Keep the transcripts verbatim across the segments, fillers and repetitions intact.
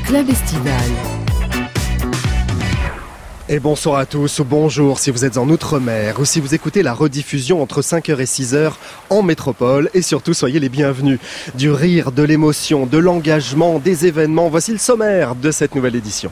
Club Estival. Et bonsoir à tous, ou bonjour si vous êtes en Outre-mer ou si vous écoutez la rediffusion entre cinq heures et six heures en métropole. Et surtout, soyez les bienvenus. Du rire, de l'émotion, de l'engagement, des événements, voici le sommaire de cette nouvelle édition.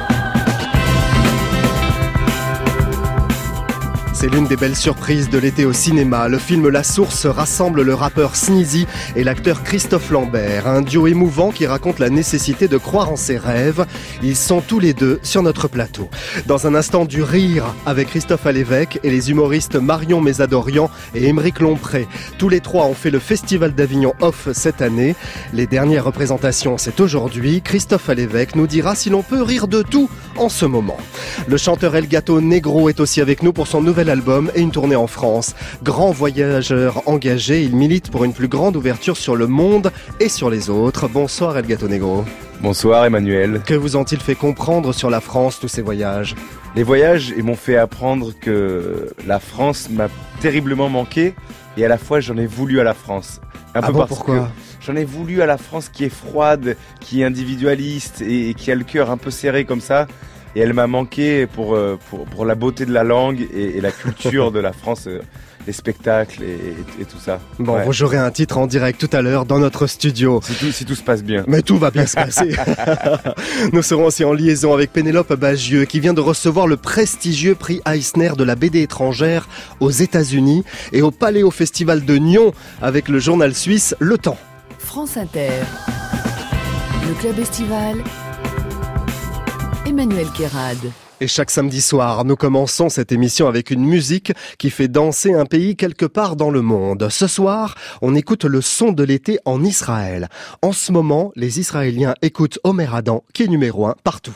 C'est l'une des belles surprises de l'été au cinéma. Le film La Source rassemble le rappeur Sneezy et l'acteur Christophe Lambert. Un duo émouvant qui raconte la nécessité de croire en ses rêves. Ils sont tous les deux sur notre plateau. Dans un instant, du rire avec Christophe Alévèque et les humoristes Marion Mésadorian et Émeric Lompré. Tous les trois ont fait le Festival d'Avignon Off cette année. Les dernières représentations, c'est aujourd'hui. Christophe Alévèque nous dira si l'on peut rire de tout en ce moment. Le chanteur El Gato Negro est aussi avec nous pour son nouvel album et une tournée en France. Grand voyageur engagé, il milite pour une plus grande ouverture sur le monde et sur les autres. Bonsoir El Gato Negro. Bonsoir Emmanuel. Que vous ont-ils fait comprendre sur la France, tous ces voyages ? Les voyages ils m'ont fait apprendre que la France m'a terriblement manqué et à la fois j'en ai voulu à la France. Un ah peu bon, parce pourquoi ? que j'en ai voulu à la France qui est froide, qui est individualiste et qui a le cœur un peu serré comme ça. Et elle m'a manqué pour, pour, pour la beauté de la langue et, et la culture de la France, les spectacles et, et, et tout ça. Bon, ouais. Vous jouerez un titre en direct tout à l'heure dans notre studio. Si tout, si tout se passe bien. Mais tout va bien se passer. Nous serons aussi en liaison avec Pénélope Bagieux qui vient de recevoir le prestigieux prix Eisner de la B D étrangère aux États-Unis et au Paléo Festival de Nyon avec le journal suisse Le Temps. France Inter. Le Club Estival. Emmanuel Kérad. Et chaque samedi soir, nous commençons cette émission avec une musique qui fait danser un pays quelque part dans le monde. Ce soir, on écoute le son de l'été en Israël. En ce moment, les Israéliens écoutent Omer Adam, qui est numéro un partout.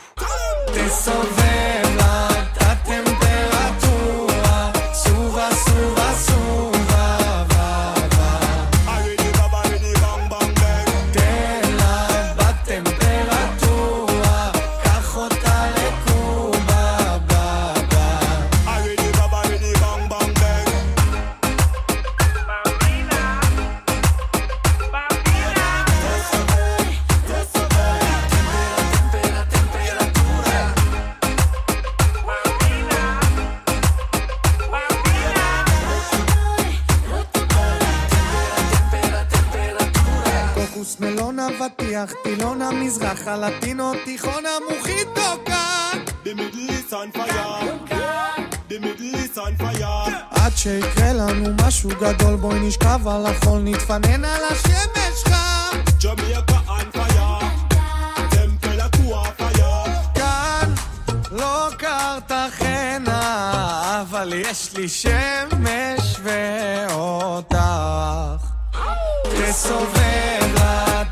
טילון המזרח הלטינו תיכון המוחיטו כאן The Middle East on fire The Middle East on fire עד שיקרה לנו משהו גדול בואי נשכב על החול נתפנן על השמש חם ג'מייקה on fire טמפרטורה fire כאן לא קרתחנה אבל יש לי שמש ואותך תסובב לה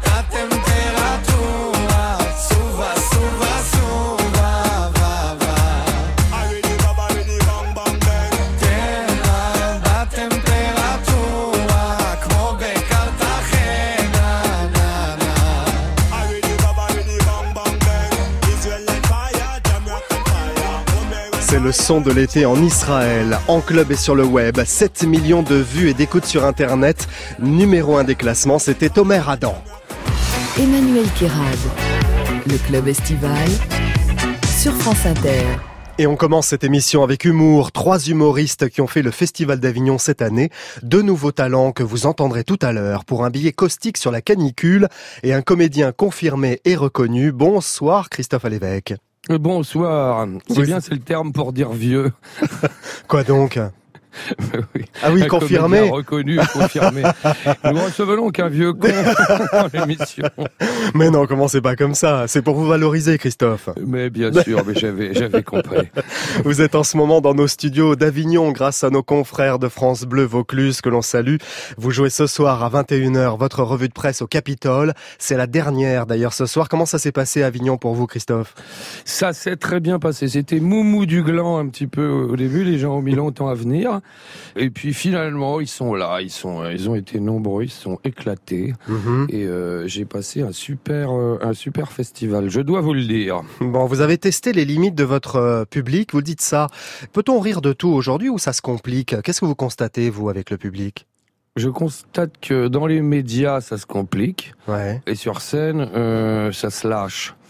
C'est le son de l'été en Israël, en club et sur le web. sept millions de vues et d'écoutes sur Internet. Numéro un des classements, c'était Omer Adam. Emmanuel Kérad. Le Club Estival sur France Inter. Et on commence cette émission avec humour. Trois humoristes qui ont fait le Festival d'Avignon cette année. Deux nouveaux talents que vous entendrez tout à l'heure pour un billet caustique sur la canicule et un comédien confirmé et reconnu. Bonsoir Christophe Alévèque. Bonsoir. C'est Oui. bien, c'est le terme pour dire vieux. Quoi donc ? Oui. Ah oui, Un confirmé. comédien reconnu, confirmé. Nous recevons qu'un vieux con dans l'émission. Mais non, commencez pas comme ça. C'est pour vous valoriser, Christophe. Mais bien sûr, mais j'avais, j'avais compris. Vous êtes en ce moment dans nos studios d'Avignon grâce à nos confrères de France Bleu Vaucluse que l'on salue. Vous jouez ce soir à vingt et une heures votre revue de presse au Capitole. C'est la dernière d'ailleurs ce soir. Comment ça s'est passé à Avignon pour vous, Christophe ? Ça s'est très bien passé. C'était moumou du gland un petit peu au début. Les gens ont mis longtemps à venir. Et puis finalement, ils sont là. Ils sont, ils ont été nombreux. Ils sont éclatés. Mmh. Et euh, j'ai passé un super, euh, un super festival. Je dois vous le dire. Bon, vous avez testé les limites de votre euh, public. Vous dites ça. Peut-on rire de tout aujourd'hui ou ça se complique ? Qu'est-ce que vous constatez, vous, avec le public ? Je constate que dans les médias, ça se complique. Ouais. Et sur scène, euh, ça se lâche.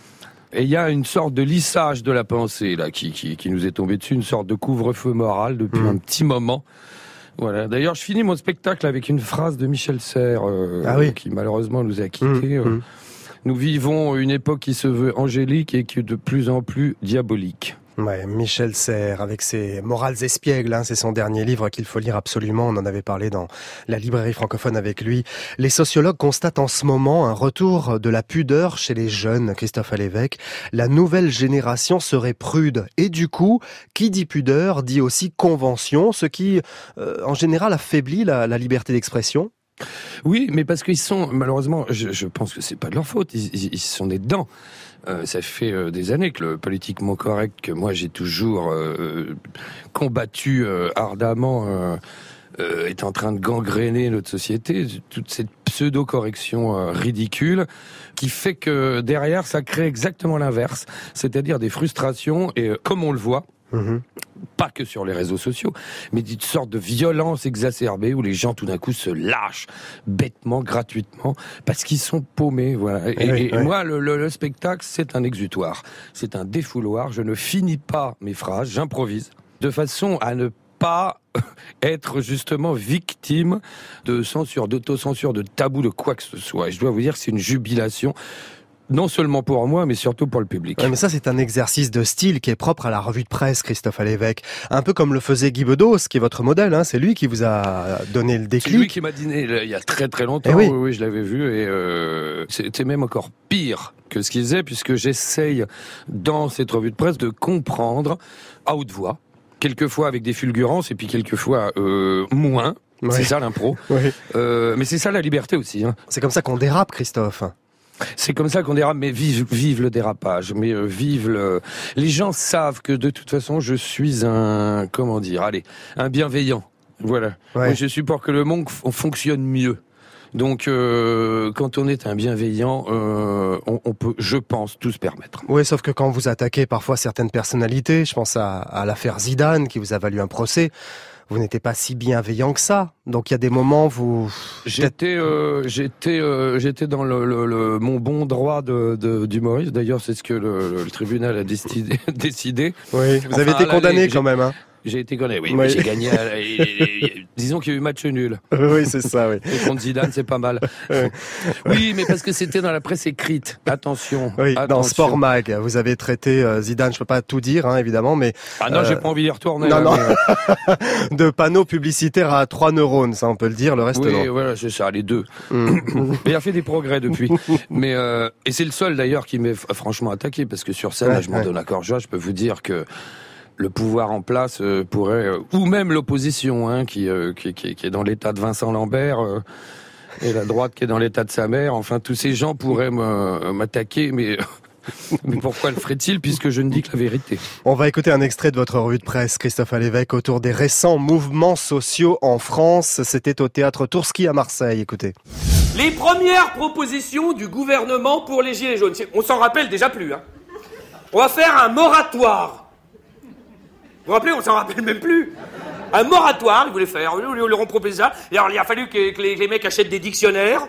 Et il y a une sorte de lissage de la pensée là qui, qui, qui nous est tombé dessus, une sorte de couvre-feu moral depuis mmh. un petit moment. Voilà. D'ailleurs, je finis mon spectacle avec une phrase de Michel Serres, euh, ah oui. qui malheureusement nous a quittés. Mmh. Euh, nous vivons une époque qui se veut angélique et qui est de plus en plus diabolique. Ouais, Michel Serres, avec ses Morales espiègles, hein, c'est son dernier livre qu'il faut lire absolument. On en avait parlé dans la librairie francophone avec lui. Les sociologues constatent en ce moment un retour de la pudeur chez les jeunes, Christophe Alévêque. La nouvelle génération serait prude. Et du coup, qui dit pudeur dit aussi convention, ce qui, euh, en général, affaiblit la, la liberté d'expression. Oui, mais parce qu'ils sont, malheureusement, je, je pense que c'est pas de leur faute, ils, ils, ils sont des dents. Euh, ça fait euh, des années que le politiquement correct, que moi j'ai toujours euh, combattu euh, ardemment, euh, euh, est en train de gangréner notre société. Toute cette pseudo-correction euh, ridicule qui fait que derrière ça crée exactement l'inverse, c'est-à-dire des frustrations et euh, comme on le voit, Mmh. pas que sur les réseaux sociaux, mais d'une sorte de violence exacerbée où les gens tout d'un coup se lâchent bêtement, gratuitement, parce qu'ils sont paumés. Voilà. Et, oui, et oui. moi, le, le, le spectacle, c'est un exutoire, c'est un défouloir. Je ne finis pas mes phrases, j'improvise, de façon à ne pas être justement victime de censure, d'autocensure, de tabou, de quoi que ce soit. Et je dois vous dire que c'est une jubilation. Non seulement pour moi, mais surtout pour le public. Ouais, mais ça, c'est un exercice de style qui est propre à la revue de presse, Christophe Alévêque. Un peu comme le faisait Guy Bedos, qui est votre modèle, hein. C'est lui qui vous a donné le déclic. C'est lui qui m'a dîné il y a très très longtemps. Oui. oui, oui, je l'avais vu. Et euh, c'était même encore pire que ce qu'il faisait, puisque j'essaye, dans cette revue de presse, de comprendre à haute voix, quelquefois avec des fulgurances, et puis quelquefois euh, moins. Ouais. C'est ça l'impro. Ouais. Euh, mais c'est ça la liberté aussi. Hein. C'est comme ça qu'on dérape, Christophe. C'est comme ça qu'on dérape, mais vive, vive le dérapage, mais euh, vive le... Les gens savent que de toute façon, je suis un, comment dire, allez, un bienveillant. Voilà. Ouais. Moi, je suis pour que le monde f- fonctionne mieux. Donc, euh, quand on est un bienveillant, euh, on, on peut, je pense, tout se permettre. Oui, sauf que quand vous attaquez parfois certaines personnalités, je pense à, à l'affaire Zidane, qui vous a valu un procès, vous n'étiez pas si bienveillant que ça. Donc il y a des moments vous. J'étais, euh, j'étais, euh, j'étais dans le, le, le mon bon droit de, de d'humoriste. D'ailleurs, c'est ce que le, le tribunal a décidé. décidé. Oui. Vous enfin, avez été condamné quand même, hein. J'ai été condamné, oui. oui. J'ai gagné. À, et, et, et, disons qu'il y a eu match nul. Oui, c'est ça, oui. Et contre Zidane, c'est pas mal. Oui. oui, mais parce que c'était dans la presse écrite. Attention. Oui, attention. Dans Sport Mag, vous avez traité euh, Zidane. Je peux pas tout dire, hein, évidemment, mais. Ah non, euh... j'ai pas envie d'y retourner. Non, là, non. Mais... de panneaux publicitaires à trois neurones, ça on peut le dire. Le reste oui, non. Oui, voilà, c'est ça, les deux. Mm. Il a fait des progrès depuis. mais euh, et c'est le seul d'ailleurs qui m'est franchement attaqué parce que sur scène, ouais, là, je m'en ouais. donne à cœur joie. Je peux vous dire que. Le pouvoir en place euh, pourrait, euh, ou même l'opposition, hein, qui, euh, qui, qui, qui est dans l'état de Vincent Lambert, euh, et la droite qui est dans l'état de sa mère. Enfin, tous ces gens pourraient m'attaquer, mais, mais pourquoi le ferait-il, puisque je ne dis que la vérité. On va écouter un extrait de votre revue de presse, Christophe Alévêque, autour des récents mouvements sociaux en France. C'était au théâtre Tourski à Marseille. Écoutez. Les premières propositions du gouvernement pour les Gilets jaunes, on s'en rappelle déjà plus. Hein. On va faire un moratoire. Vous vous rappelez, on s'en rappelle même plus. Un moratoire, ils voulaient faire, ils leur ont proposé ça. Et alors, il a fallu que, que, les, que les mecs achètent des dictionnaires.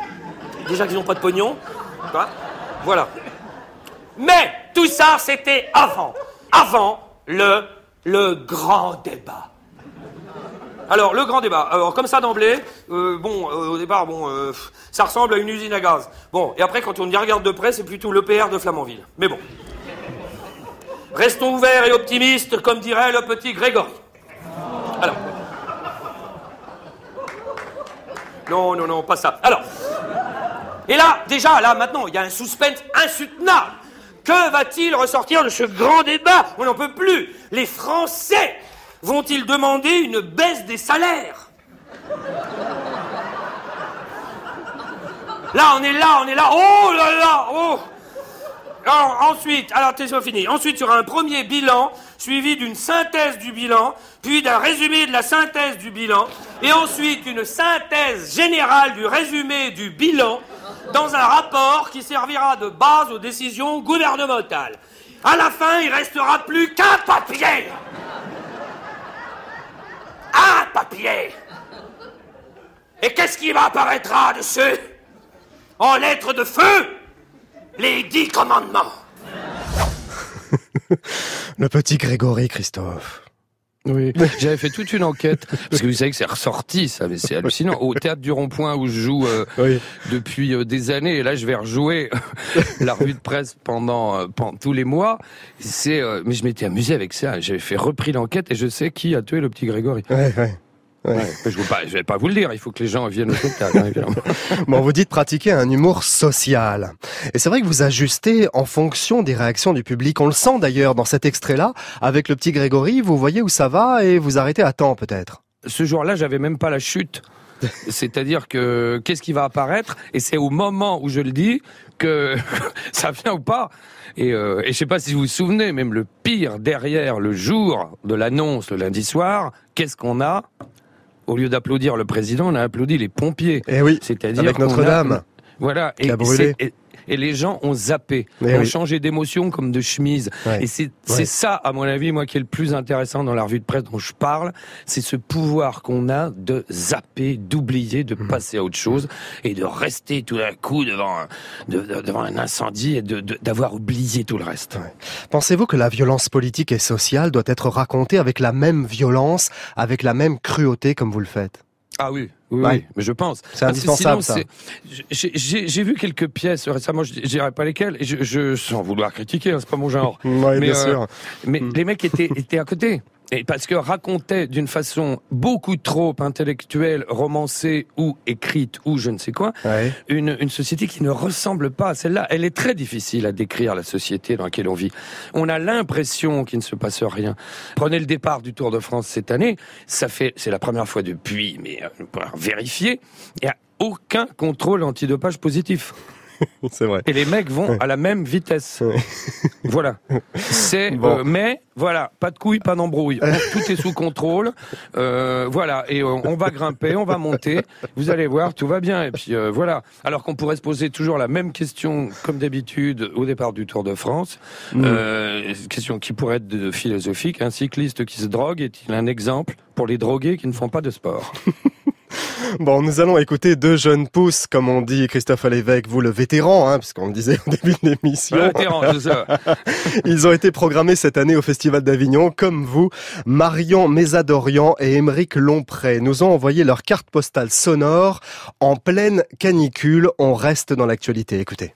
Déjà qu'ils n'ont pas de pognon. Voilà. Mais tout ça, c'était avant. Avant le, le grand débat. Alors, le grand débat. Alors, comme ça d'emblée, euh, bon, euh, au départ, bon, euh, ça ressemble à une usine à gaz. Bon, et après, quand on y regarde de près, c'est plutôt l'E P R de Flamanville. Mais bon. Restons ouverts et optimistes, comme dirait le petit Grégory. Alors. Non, non, non, pas ça. Alors. Et là, déjà, là, maintenant, il y a un suspense insoutenable. Que va-t-il ressortir de ce grand débat ? On n'en peut plus. Les Français vont-ils demander une baisse des salaires ? Là, on est là, on est là. Oh là là, oh ! Alors, ensuite, alors, c'est fini. Ensuite, il y aura un premier bilan, suivi d'une synthèse du bilan, puis d'un résumé de la synthèse du bilan, et ensuite une synthèse générale du résumé du bilan, dans un rapport qui servira de base aux décisions gouvernementales. À la fin, il restera plus qu'un papier. Un papier. Et qu'est-ce qui apparaîtra dessus ? En lettres de feu ? Les dix commandements. Le petit Grégory, Christophe. Oui, j'avais fait toute une enquête, parce que vous savez que c'est ressorti, ça, mais c'est hallucinant. Au Théâtre du Rond-Point, où je joue euh, oui. depuis euh, des années, et là je vais rejouer la revue de presse pendant, euh, pendant tous les mois. C'est, euh, mais je m'étais amusé avec ça, j'avais fait repris l'enquête, et je sais qui a tué le petit Grégory. Ouais, ouais. Ouais. Ouais, je ne vais, vais pas vous le dire, il faut que les gens viennent au spectacle, hein, évidemment. Bon, vous dites pratiquer un humour social. Et c'est vrai que vous ajustez en fonction des réactions du public. On le sent d'ailleurs dans cet extrait-là. Avec le petit Grégory, vous voyez où ça va et vous arrêtez à temps peut-être. Ce jour-là, j'avais même pas la chute. C'est-à-dire que qu'est-ce qui va apparaître, et c'est au moment où je le dis que ça vient ou pas. Et, euh, et je sais pas si vous vous souvenez, même le pire derrière le jour de l'annonce, le lundi soir, qu'est-ce qu'on a ? Au lieu d'applaudir le président, on a applaudi les pompiers. Et oui, c'est-à-dire avec Notre-Dame. A, voilà, qui et, a brûlé. Et, et les gens ont zappé, et ont oui. changé d'émotion comme de chemise. Ouais. Et c'est, ouais. c'est ça, à mon avis, moi, qui est le plus intéressant dans la revue de presse dont je parle, c'est ce pouvoir qu'on a de zapper, d'oublier, de mmh. passer à autre chose, et de rester tout d'un coup devant un, de, de, devant un incendie et de, de, d'avoir oublié tout le reste. Ouais. Pensez-vous que la violence politique et sociale doit être racontée avec la même violence, avec la même cruauté comme vous le faites ? Ah oui, oui, ouais. oui, mais je pense. C'est indispensable, sinon, ça. C'est... J'ai, j'ai, j'ai vu quelques pièces récemment, je dirais pas lesquelles, et je, je, sans vouloir critiquer, hein, c'est pas mon genre. Oui, mais, bien euh, sûr. Mais mm. les mecs étaient, étaient à côté. Et parce que racontaient d'une façon beaucoup trop intellectuelle, romancée ou écrite ou je ne sais quoi, ouais. une, une société qui ne ressemble pas à celle-là. Elle est très difficile à décrire, la société dans laquelle on vit. On a l'impression qu'il ne se passe rien. Prenez le départ du Tour de France cette année, ça fait, c'est la première fois depuis, mais euh, pour vérifier, il n'y a aucun contrôle antidopage positif. C'est vrai. Et les mecs vont ouais. à la même vitesse. Ouais. Voilà. C'est, bon. euh, mais voilà, pas de couilles, pas d'embrouille. Tout est sous contrôle. Euh, voilà. Et on, on va grimper, on va monter. Vous allez voir, tout va bien. Et puis euh, voilà. Alors qu'on pourrait se poser toujours la même question, comme d'habitude, au départ du Tour de France. Mmh. Euh, question qui pourrait être de philosophique. Un cycliste qui se drogue est-il un exemple pour les drogués qui ne font pas de sport? Bon, nous allons écouter deux jeunes pousses, comme on dit, Christophe Lévesque, vous le vétéran, hein, puisqu'on le disait au début de l'émission. Le vétéran, c'est ça. Ils ont été programmés cette année au Festival d'Avignon, comme vous. Marion Mézadorian et Émeric Lompré nous ont envoyé leur carte postale sonore en pleine canicule. On reste dans l'actualité, écoutez.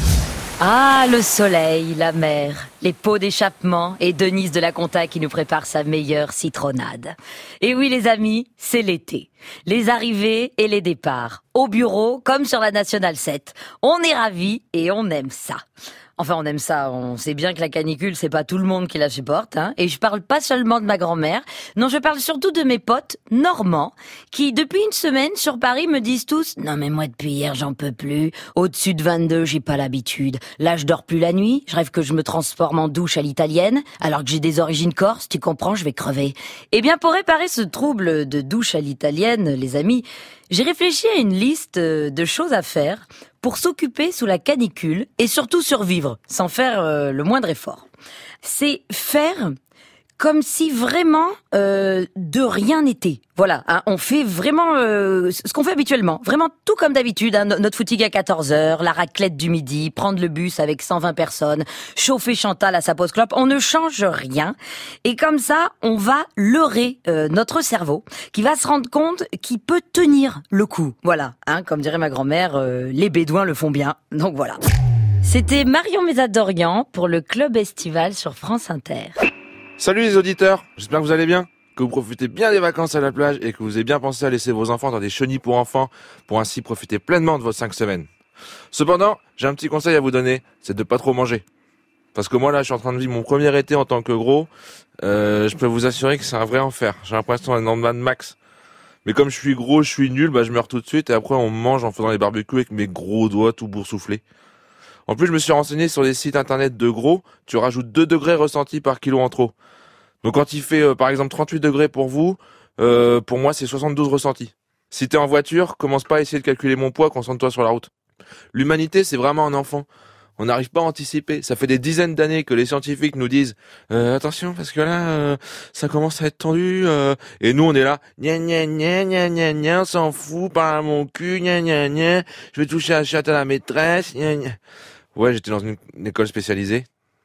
Ah, le soleil, la mer, les pots d'échappement et Denise de la Conta qui nous prépare sa meilleure citronnade. Et oui les amis, c'est l'été. Les arrivées et les départs. Au bureau, comme sur la Nationale sept. On est ravis et on aime ça. Enfin, on aime ça. On sait bien que la canicule, c'est pas tout le monde qui la supporte, hein. Et je parle pas seulement de ma grand-mère. Non, je parle surtout de mes potes normands qui, depuis une semaine, sur Paris, me disent tous « Non, mais moi, depuis hier, j'en peux plus. Au-dessus de vingt-deux, j'ai pas l'habitude. Là, je dors plus la nuit. Je rêve que je me transforme en douche à l'italienne. Alors que j'ai des origines corses, tu comprends, je vais crever. » Eh bien, pour réparer ce trouble de douche à l'italienne, les amis, j'ai réfléchi à une liste de choses à faire pour s'occuper sous la canicule et surtout survivre sans faire euh, le moindre effort. C'est faire comme si vraiment euh, de rien n'était. Voilà, hein, on fait vraiment euh, ce qu'on fait habituellement, vraiment tout comme d'habitude, hein, notre footing à quatorze heures, la raclette du midi, prendre le bus avec cent vingt personnes, chauffer Chantal à sa pause clope, on ne change rien. Et comme ça, on va leurrer euh, notre cerveau, qui va se rendre compte qu'il peut tenir le coup. Voilà, hein, comme dirait ma grand-mère, euh, les Bédouins le font bien, donc voilà. C'était Marion Mézadorian pour le Club Estival sur France Inter. Salut les auditeurs, j'espère que vous allez bien, que vous profitez bien des vacances à la plage et que vous avez bien pensé à laisser vos enfants dans des chenilles pour enfants pour ainsi profiter pleinement de vos cinq semaines. Cependant, j'ai un petit conseil à vous donner, c'est de pas trop manger. Parce que moi là, je suis en train de vivre mon premier été en tant que gros, euh, je peux vous assurer que c'est un vrai enfer. J'ai l'impression d'être dans le Mad Max. Mais comme je suis gros, je suis nul, bah je meurs tout de suite et après on mange en faisant les barbecues avec mes gros doigts tout boursouflés. En plus, je me suis renseigné sur les sites internet de gros, tu rajoutes deux degrés ressentis par kilo en trop. Donc quand il fait euh, par exemple trente-huit degrés pour vous, euh, pour moi c'est soixante-douze ressentis. Si t'es en voiture, commence pas à essayer de calculer mon poids, concentre-toi sur la route. L'humanité c'est vraiment un enfant. On n'arrive pas à anticiper. Ça fait des dizaines d'années que les scientifiques nous disent euh, attention parce que là euh, ça commence à être tendu. Euh, et nous on est là, gna gna gna gna gna gna, s'en fout, parle à mon cul, gna gna gna. Je vais toucher la chatte à la maîtresse, gna gna. Ouais, j'étais dans une, une école spécialisée.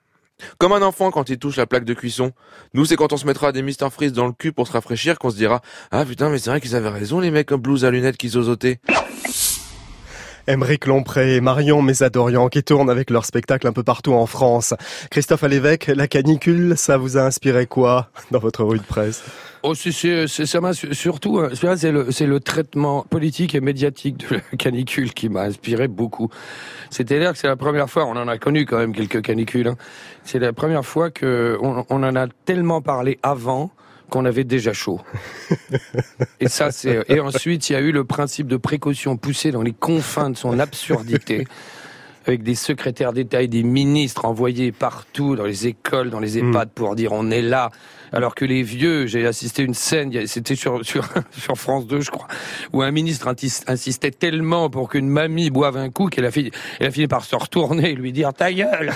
Comme un enfant quand il touche la plaque de cuisson. Nous, c'est quand on se mettra des Mister Freeze dans le cul pour se rafraîchir qu'on se dira « Ah putain, mais c'est vrai qu'ils avaient raison, les mecs comme blouse à lunettes qui zozotaient. » Aymeric Lompré et Marion Mésadorian qui tournent avec leur spectacle un peu partout en France. Christophe Alévêque, la canicule, ça vous a inspiré quoi dans votre revue de presse? Oh, c'est, c'est, c'est, ça m'a surtout, c'est le, c'est le traitement politique et médiatique de la canicule qui m'a inspiré beaucoup. C'est-à-dire que c'est la première fois, on en a connu quand même quelques canicules, hein. C'est la première fois que on, on en a tellement parlé avant qu'on avait déjà chaud. Et ça, c'est, et ensuite, il y a eu le principe de précaution poussé dans les confins de son absurdité, avec des secrétaires d'État et des ministres envoyés partout, dans les écoles, dans les EHPAD, pour dire on est là. Alors que les vieux, j'ai assisté à une scène, c'était sur, sur, sur France deux, je crois, où un ministre insistait tellement pour qu'une mamie boive un coup qu'elle a fini, elle a fini par se retourner et lui dire ta gueule.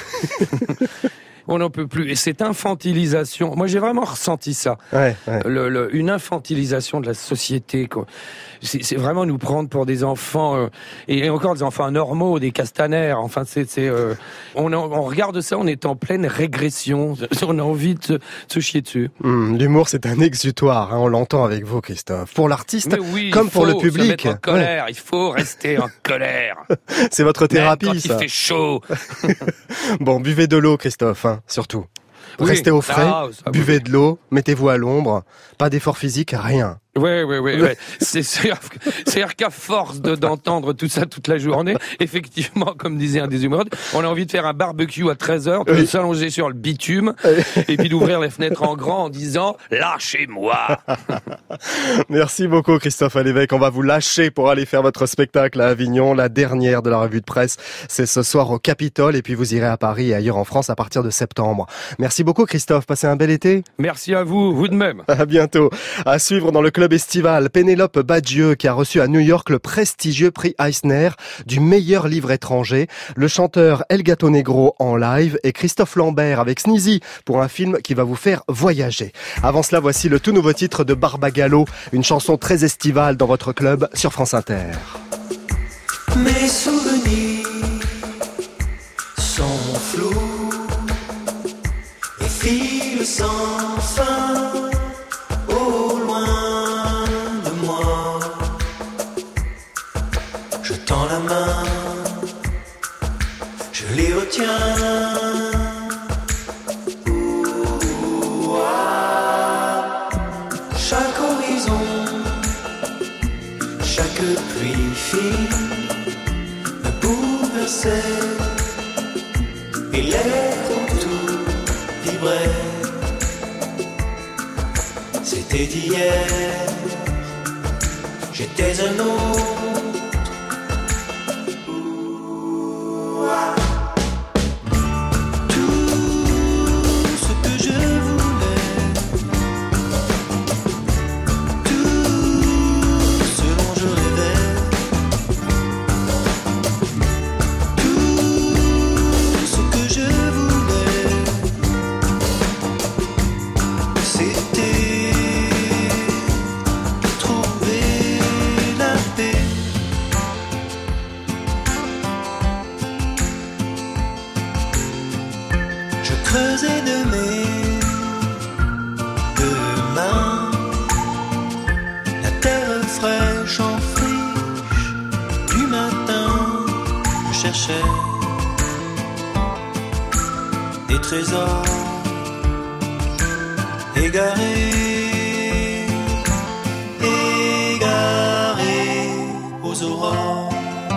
On n'en peut plus. Et cette infantilisation, moi j'ai vraiment ressenti ça. Ouais, ouais. Le, le, une infantilisation de la société, quoi. C'est, c'est vraiment nous prendre pour des enfants, euh, et encore des enfants normaux, des castaners. Enfin, c'est, c'est, euh, on, on regarde ça, on est en pleine régression. On a envie de se, de se chier dessus. Mmh, l'humour, c'est un exutoire, hein, on l'entend avec vous, Christophe. Pour l'artiste, oui, comme pour le public. Se mettre en colère, ouais. Il faut rester en colère. C'est votre thérapie, même quand ça. il fait chaud. Bon, buvez de l'eau, Christophe, hein, surtout. Oui. Restez au frais, Ah, ça, buvez oui. de l'eau, mettez-vous à l'ombre, pas d'effort physique, rien. Ouais, ouais, ouais, ouais. C'est, c'est, c'est-à-dire qu'à force de, d'entendre tout ça toute la journée, effectivement, comme disait un des humoristes, on a envie de faire un barbecue à treize heures, de oui. s'allonger sur le bitume, et puis d'ouvrir les fenêtres en grand en disant « Lâchez-moi !» Merci beaucoup, Christophe Alévêque. On va vous lâcher pour aller faire votre spectacle à Avignon. La dernière de la revue de presse, c'est ce soir au Capitole, et puis vous irez à Paris et ailleurs en France à partir de septembre. Merci beaucoup, Christophe. Passez un bel été. Merci à vous, vous de même. À bientôt. À suivre dans le club estival, Pénélope Badieux qui a reçu à New York le prestigieux prix Eisner du meilleur livre étranger, le chanteur El Gato Negro en live et Christophe Lambert avec Sneezy pour un film qui va vous faire voyager. Avant cela, voici le tout nouveau titre de Barbagallo, une chanson très estivale dans votre club sur France Inter. Mes souvenirs sont flous et filent sans fin au loin de moi. Je tends la main, je les retiens. Ouh, ah. Chaque horizon, chaque pluie fine me bouleversait et l'air autour vibrait. C'était hier, j'étais un autre. Ouh, ah. Tout ce que je voulais, tout ce dont je rêvais, tout ce que je voulais, c'était trouver la paix. Je creusais de mes deux mains la terre fraîche en friche du matin. Je cherchais des trésors égarés, égarés aux aurores.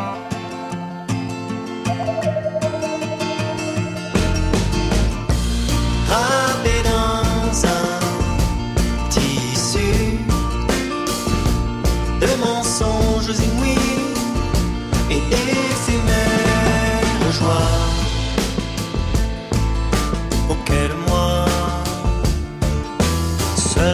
Râpé dans un tissu de mensonges inouïs et éphémères joies auxquelles moi seul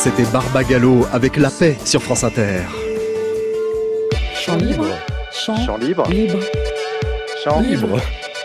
C'était Barbagallo avec La Paix sur France Inter. Chant libre. Chant, Chant libre. libre. Chant libre.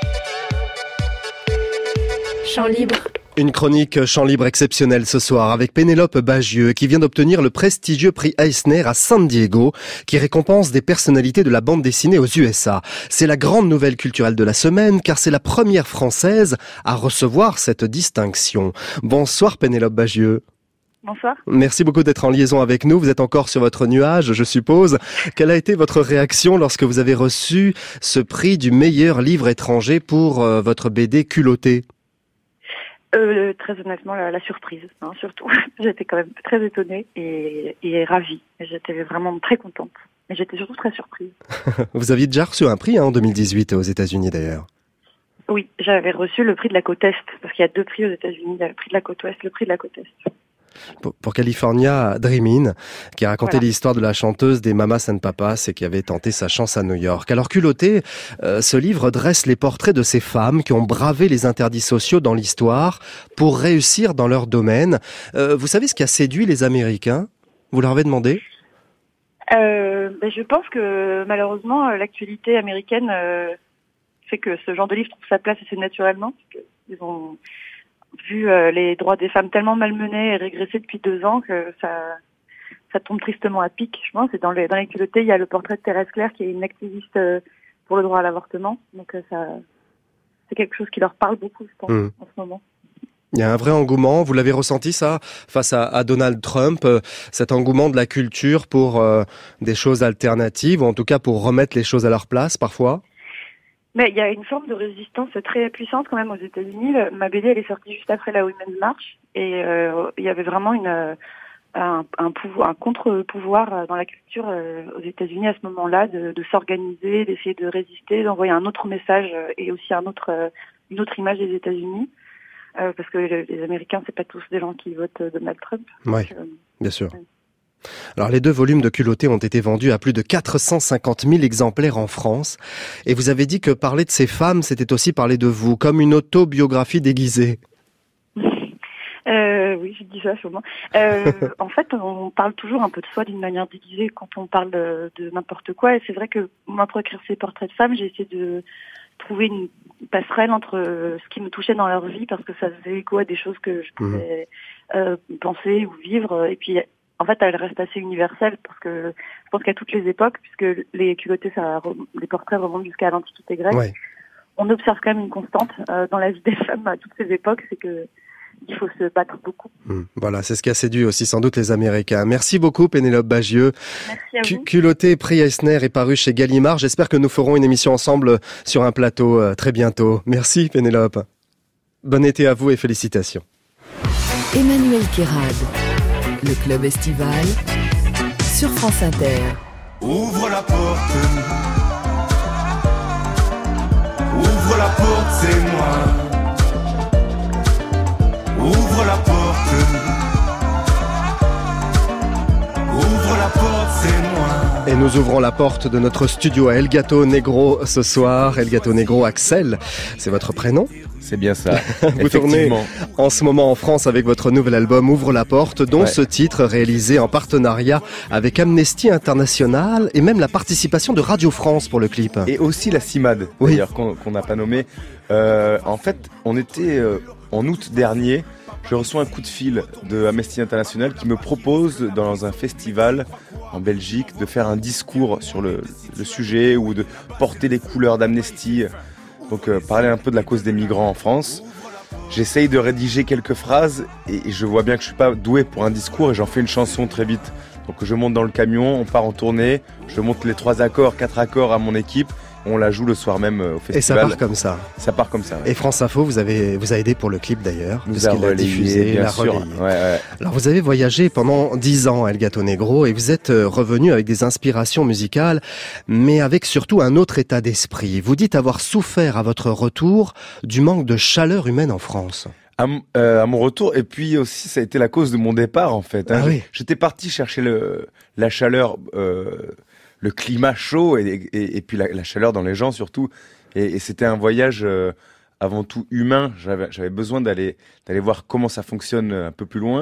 Chant libre. Une chronique chant libre exceptionnelle ce soir avec Pénélope Bagieux qui vient d'obtenir le prestigieux prix Eisner à San Diego qui récompense des personnalités de la bande dessinée aux U S A. C'est la grande nouvelle culturelle de la semaine car c'est la première française à recevoir cette distinction. Bonsoir Pénélope Bagieux. Bonsoir. Merci beaucoup d'être en liaison avec nous. Vous êtes encore sur votre nuage, je suppose. Quelle a été votre réaction lorsque vous avez reçu ce prix du meilleur livre étranger pour euh, votre B D Culotté ? Euh, très honnêtement, la, la surprise, hein, surtout. J'étais quand même très étonnée et, et ravie. J'étais vraiment très contente. Mais j'étais surtout très surprise. Vous aviez déjà reçu un prix hein, en deux mille dix-huit aux États-Unis d'ailleurs. Oui, j'avais reçu le prix de la côte Est, parce qu'il y a deux prix aux États-Unis. Il y a le prix de la côte Ouest, le prix de la côte Est. Pour, pour California Dreamin', qui a raconté Voilà. l'histoire de la chanteuse des Mamas and Papas et qui avait tenté sa chance à New York. Alors Culotté, euh, ce livre dresse les portraits de ces femmes qui ont bravé les interdits sociaux dans l'histoire pour réussir dans leur domaine. Euh, vous savez ce qui a séduit les Américains ? Vous leur avez demandé ? Euh, ben, je pense que malheureusement, l'actualité américaine euh, fait que ce genre de livre trouve sa place assez naturellement. Parce qu'ils ont vu euh, les droits des femmes tellement malmenés et régressés depuis deux ans que ça, ça tombe tristement à pic. Je pense. Et dans les, dans les culottés, il y a le portrait de Thérèse Claire qui est une activiste euh, pour le droit à l'avortement. Donc euh, ça, c'est quelque chose qui leur parle beaucoup, je pense, Mmh. en ce moment. Il y a un vrai engouement, vous l'avez ressenti ça, face à, à Donald Trump, euh, cet engouement de la culture pour euh, des choses alternatives, ou en tout cas pour remettre les choses à leur place parfois ? Mais il y a une forme de résistance très puissante quand même aux États-Unis. Le- Ma B D, elle est sortie juste après la Women's March et euh, il y avait vraiment une, euh, un, un, pouvoir, un contre-pouvoir euh, dans la culture euh, aux États-Unis à ce moment-là, de, de s'organiser, d'essayer de résister, d'envoyer un autre message euh, et aussi un autre, euh, une autre image des États-Unis. Euh, parce que les, les Américains, c'est pas tous des gens qui votent euh, Donald Trump. Oui, Donc, euh, bien sûr. ouais. Alors les deux volumes de Culotté ont été vendus à plus de quatre cent cinquante mille exemplaires en France. Et vous avez dit que parler de ces femmes, c'était aussi parler de vous, comme une autobiographie déguisée. Euh, oui, je dis ça sûrement. Euh, en fait, on parle toujours un peu de soi d'une manière déguisée quand on parle de, de n'importe quoi. Et c'est vrai que moi, pour écrire ces portraits de femmes, j'ai essayé de trouver une passerelle entre euh, ce qui me touchait dans leur vie, parce que ça faisait écho à des choses que je pouvais euh, penser ou vivre. Et puis, en fait, elle reste assez universelle, parce que je pense qu'à toutes les époques, puisque les culottés, ça, les portraits remontent jusqu'à l'Antiquité grecque, Ouais. on observe quand même une constante euh, dans la vie des femmes à toutes ces époques, c'est que il faut se battre beaucoup. Hum, Voilà, c'est ce qui a séduit aussi sans doute les Américains. Merci beaucoup Pénélope Bagieux. Merci à Cu- vous. Culotté, prix Eisner est paru chez Gallimard. J'espère que nous ferons une émission ensemble sur un plateau euh, très bientôt. Merci Pénélope. Bon été à vous et félicitations. Emmanuel Kérad, le club estival, sur France Inter. Ouvre la porte. Ouvre la porte, c'est moi. Ouvre la porte. Ouvre la porte, c'est moi. Et nous ouvrons la porte de notre studio à El Gato Negro ce soir. El Gato Negro Axel, c'est votre prénom ? C'est bien ça. Vous tournez Effectivement. en ce moment en France avec votre nouvel album Ouvre la porte, dont Ouais. ce titre réalisé en partenariat avec Amnesty International et même la participation de Radio France pour le clip. Et aussi la CIMAD, Oui. d'ailleurs, qu'on qu'on n'a pas nommé. Euh, en fait, on était euh, en août dernier, je reçois un coup de fil de Amnesty International qui me propose, dans un festival en Belgique, de faire un discours sur le, le sujet ou de porter les couleurs d'Amnesty. Donc euh, parler un peu de la cause des migrants en France. J'essaye de rédiger quelques phrases et, et je vois bien que je suis pas doué pour un discours et j'en fais une chanson très vite. Donc je monte dans le camion, on part en tournée, je monte les trois accords, quatre accords à mon équipe, on la joue le soir même euh, au festival. Et ça part comme ça. Ça part comme ça. Ouais. Et France Info vous avez vous a aidé pour le clip d'ailleurs, Nous parce a qu'il l'a relayé, diffusé, bien l'a sûr. relayé. Ouais, ouais. Alors vous avez voyagé pendant dix ans à El Gato Negro et vous êtes euh, revenu avec des inspirations musicales, mais avec surtout un autre état d'esprit. Vous dites avoir souffert à votre retour du manque de chaleur humaine en France. À, m- euh, à mon retour, et puis aussi ça a été la cause de mon départ en fait. Hein. Ah oui. J'étais parti chercher le, la chaleur, euh, le climat chaud et, et, et puis la, la chaleur dans les gens surtout. Et, et c'était un voyage euh, avant tout humain. J'avais, j'avais besoin d'aller, d'aller voir comment ça fonctionne un peu plus loin.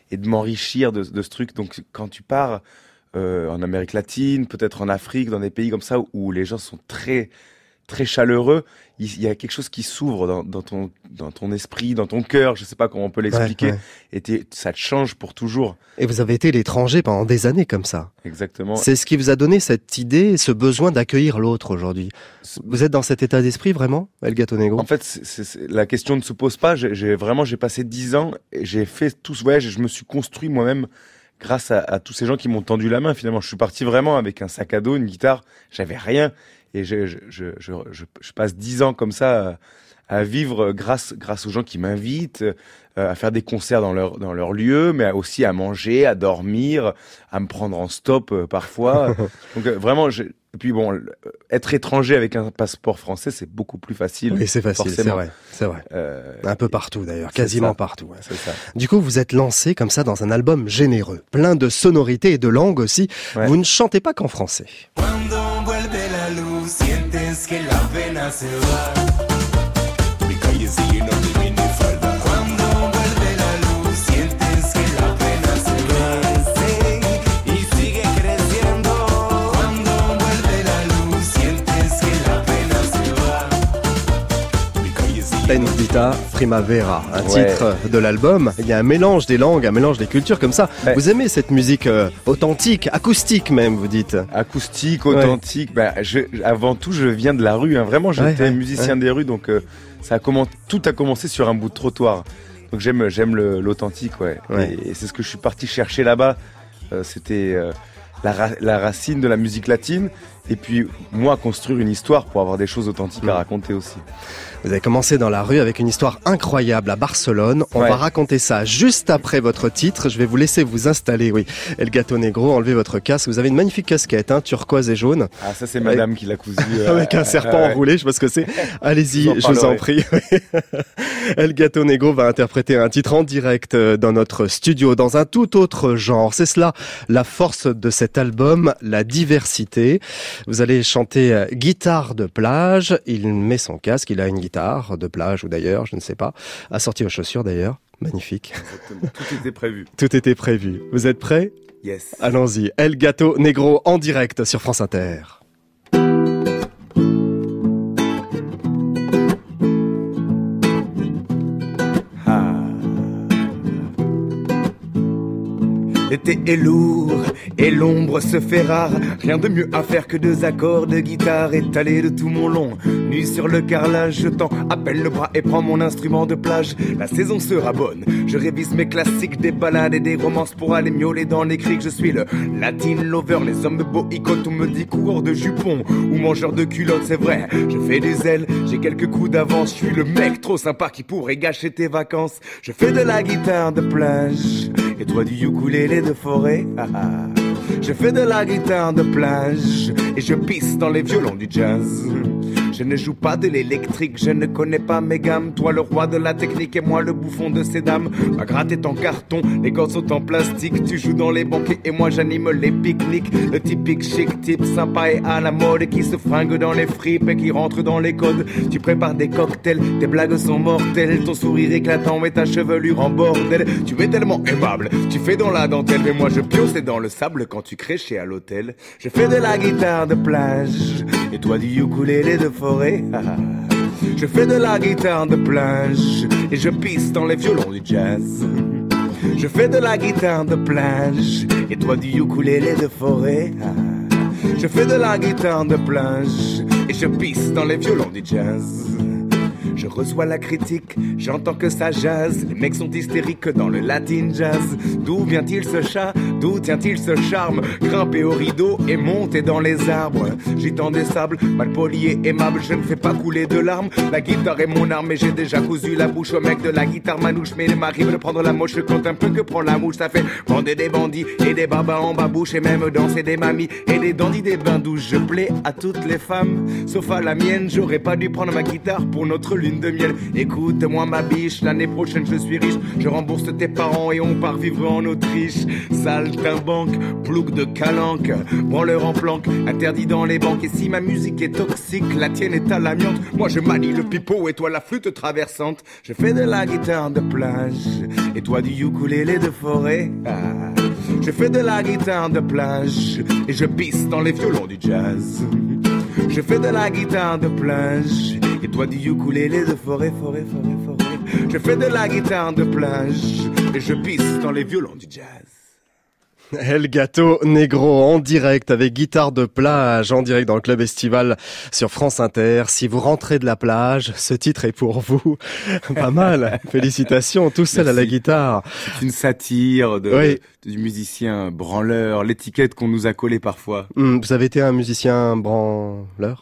et de m'enrichir de, de ce truc. Donc quand tu pars euh, en Amérique latine, peut-être en Afrique, dans des pays comme ça où, où les gens sont très très chaleureux, il y a quelque chose qui s'ouvre dans, dans ton dans ton esprit, dans ton cœur, je sais pas comment on peut l'expliquer, ouais, ouais. et ça te change pour toujours. Et vous avez été l'étranger pendant des années comme ça. Exactement. C'est ce qui vous a donné cette idée, ce besoin d'accueillir l'autre aujourd'hui. Vous êtes dans cet état d'esprit vraiment, El Gato Negro? En fait, c'est, c'est, c'est, la question ne se pose pas. J'ai, j'ai vraiment, j'ai passé dix ans et j'ai fait tout ce voyage et je me suis construit moi-même grâce à, à tous ces gens qui m'ont tendu la main. Finalement, je suis parti vraiment avec un sac à dos, une guitare, j'avais rien. Et je, je, je, je, je, je passe dix ans comme ça à, à vivre grâce, grâce aux gens qui m'invitent, euh, à faire des concerts dans leur, dans leur lieu, mais aussi à manger, à dormir, à me prendre en stop euh, parfois. Donc euh, vraiment, je, et puis bon, être étranger avec un passeport français, c'est beaucoup plus facile. Oui, c'est facile, forcément. c'est vrai, c'est vrai. Euh, un peu partout d'ailleurs, quasiment partout. Ouais. C'est ça. Du coup, vous êtes lancé comme ça dans un album généreux, plein de sonorités et de langues aussi. Ouais. Vous ne chantez pas qu'en français. Sientes que la pena se va. Mi calle se llenó de minifalda. Cuando vuelve la luz, sientes que la pena se va. Y sigue creciendo. Cuando vuelve la luz, sientes que la pena se va. Mi calle se llenó de Vita Primavera, un ouais. titre de l'album. Il y a un mélange des langues, un mélange des cultures comme ça. Ouais. Vous aimez cette musique euh, authentique, acoustique même, vous dites? Acoustique, authentique. Ouais. Bah, je, avant tout, je viens de la rue. Hein. Vraiment, j'étais ouais, musicien ouais. des rues, donc euh, ça a commen- tout a commencé sur un bout de trottoir. Donc j'aime, j'aime le, l'authentique, ouais. ouais. Et, et c'est ce que je suis parti chercher là-bas. Euh, c'était euh, la, ra- la racine de la musique latine. Et puis moi, construire une histoire pour avoir des choses authentiques mmh. à raconter aussi. Vous avez commencé dans la rue avec une histoire incroyable à Barcelone. On ouais. va raconter ça juste après votre titre. Je vais vous laisser vous installer, oui. El Gato Negro, enlevez votre casque. Vous avez une magnifique casquette, hein, turquoise et jaune. Ah, ça c'est madame avec... qui l'a cousue. Euh... avec un serpent euh... enroulé, je sais pas ce que c'est. Allez-y, je vous en prie. El Gato Negro va interpréter un titre en direct dans notre studio, dans un tout autre genre. C'est cela, la force de cet album, la diversité. Vous allez chanter guitare de plage. Il met son casque, il a une guitare de plage ou d'ailleurs, je ne sais pas. Assorti aux chaussures d'ailleurs. Magnifique. Exactement. Tout était prévu. Tout était prévu. Vous êtes prêts? Yes. Allons-y. El Gato Negro en direct sur France Inter. L'été est lourd et l'ombre se fait rare. Rien de mieux à faire que deux accords de guitare étalés de tout mon long. Nu sur le carrelage, je tends, appelle le bras et prends mon instrument de plage. La saison sera bonne, je révise mes classiques, des ballades et des romances pour aller miauler dans les criques. Je suis le Latin lover, les hommes boycottent. On me dit coureur de jupons ou mangeur de culottes, c'est vrai. Je fais du zèle, j'ai quelques coups d'avance. Je suis le mec trop sympa qui pourrait gâcher tes vacances. Je fais de la guitare de plage et toi du ukulélé de forêt. Je fais de la guitare de plage et je pisse dans les violons du jazz. Je ne joue pas de l'électrique, je ne connais pas mes gammes. Toi le roi de la technique et moi le bouffon de ces dames. Ma gratte est en carton, les cordes sont en plastique. Tu joues dans les banquets et moi j'anime les pique-niques. Le typique chic type sympa et à la mode, qui se fringue dans les fripes et qui rentre dans les codes. Tu prépares des cocktails, tes blagues sont mortelles. Ton sourire éclatant et ta chevelure en bordel. Tu es tellement aimable, tu fais dans la dentelle. Mais moi je pionce dans le sable quand tu crées chez à l'hôtel. Je fais de la guitare de plage et toi du ukulélé de forêt. Je fais de la guitare de plage et je pisse dans les violons du jazz. Je fais de la guitare de plage et toi du ukulélé de forêt. Je fais de la guitare de plage et je pisse dans les violons du jazz. Je reçois la critique, j'entends que ça jase. Les mecs sont hystériques dans le latin jazz. D'où vient-il ce chat? D'où tient-il ce charme? Grimper au rideau et monter dans les arbres. J'y tends des sables, mal poli et aimable. Je ne fais pas couler de larmes. La guitare est mon arme et j'ai déjà cousu la bouche au mec de la guitare manouche. Mais il m'arrive de prendre la moche, je compte un peu que prend la mouche. Ça fait bander des bandits et des babas en babouche. Et même danser des mamies et des dandys des bains douches. Je plais à toutes les femmes, sauf à la mienne. J'aurais pas dû prendre ma guitare pour notre lune lune de miel. Écoute-moi ma biche, l'année prochaine je suis riche. Je rembourse tes parents et on part vivre en Autriche. Saltimbanque, plouc de calanque, branleur en planque, interdit dans les banques. Et si ma musique est toxique, la tienne est à l'amiante. Moi je manie le pipeau et toi la flûte traversante. Je fais de la guitare de plage et toi du ukulélé de forêt. Ah. Je fais de la guitare de plage et je pisse dans les violons du jazz. Je fais de la guitare de plage et toi du ukulélé de forêt, forêt, forêt, forêt. Je fais de la guitare de plage et je pisse dans les violons du jazz. El Gato Negro en direct avec guitare de plage, en direct dans le club estival sur France Inter. Si vous rentrez de la plage, ce titre est pour vous. Pas mal. Félicitations, tout seul à la guitare. C'est une satire de, oui. de, du musicien branleur, l'étiquette qu'on nous a collée parfois. Mmh, vous avez été un musicien branleur ?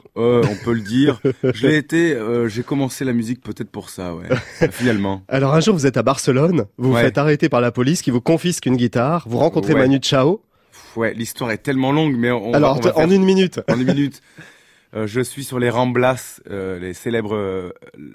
euh, On peut le dire. Je l'ai été, euh, j'ai commencé la musique peut-être pour ça, ouais. Finalement. Alors un jour vous êtes à Barcelone, vous vous ouais. faites arrêter par la police qui vous confisque une guitare, vous rencontrez ouais. Manu Chao. Ouais, l'histoire est tellement longue, mais on Alors, va, on va en faire... une minute. En une minute. Euh, je suis sur les Ramblas, euh, les célèbres, euh,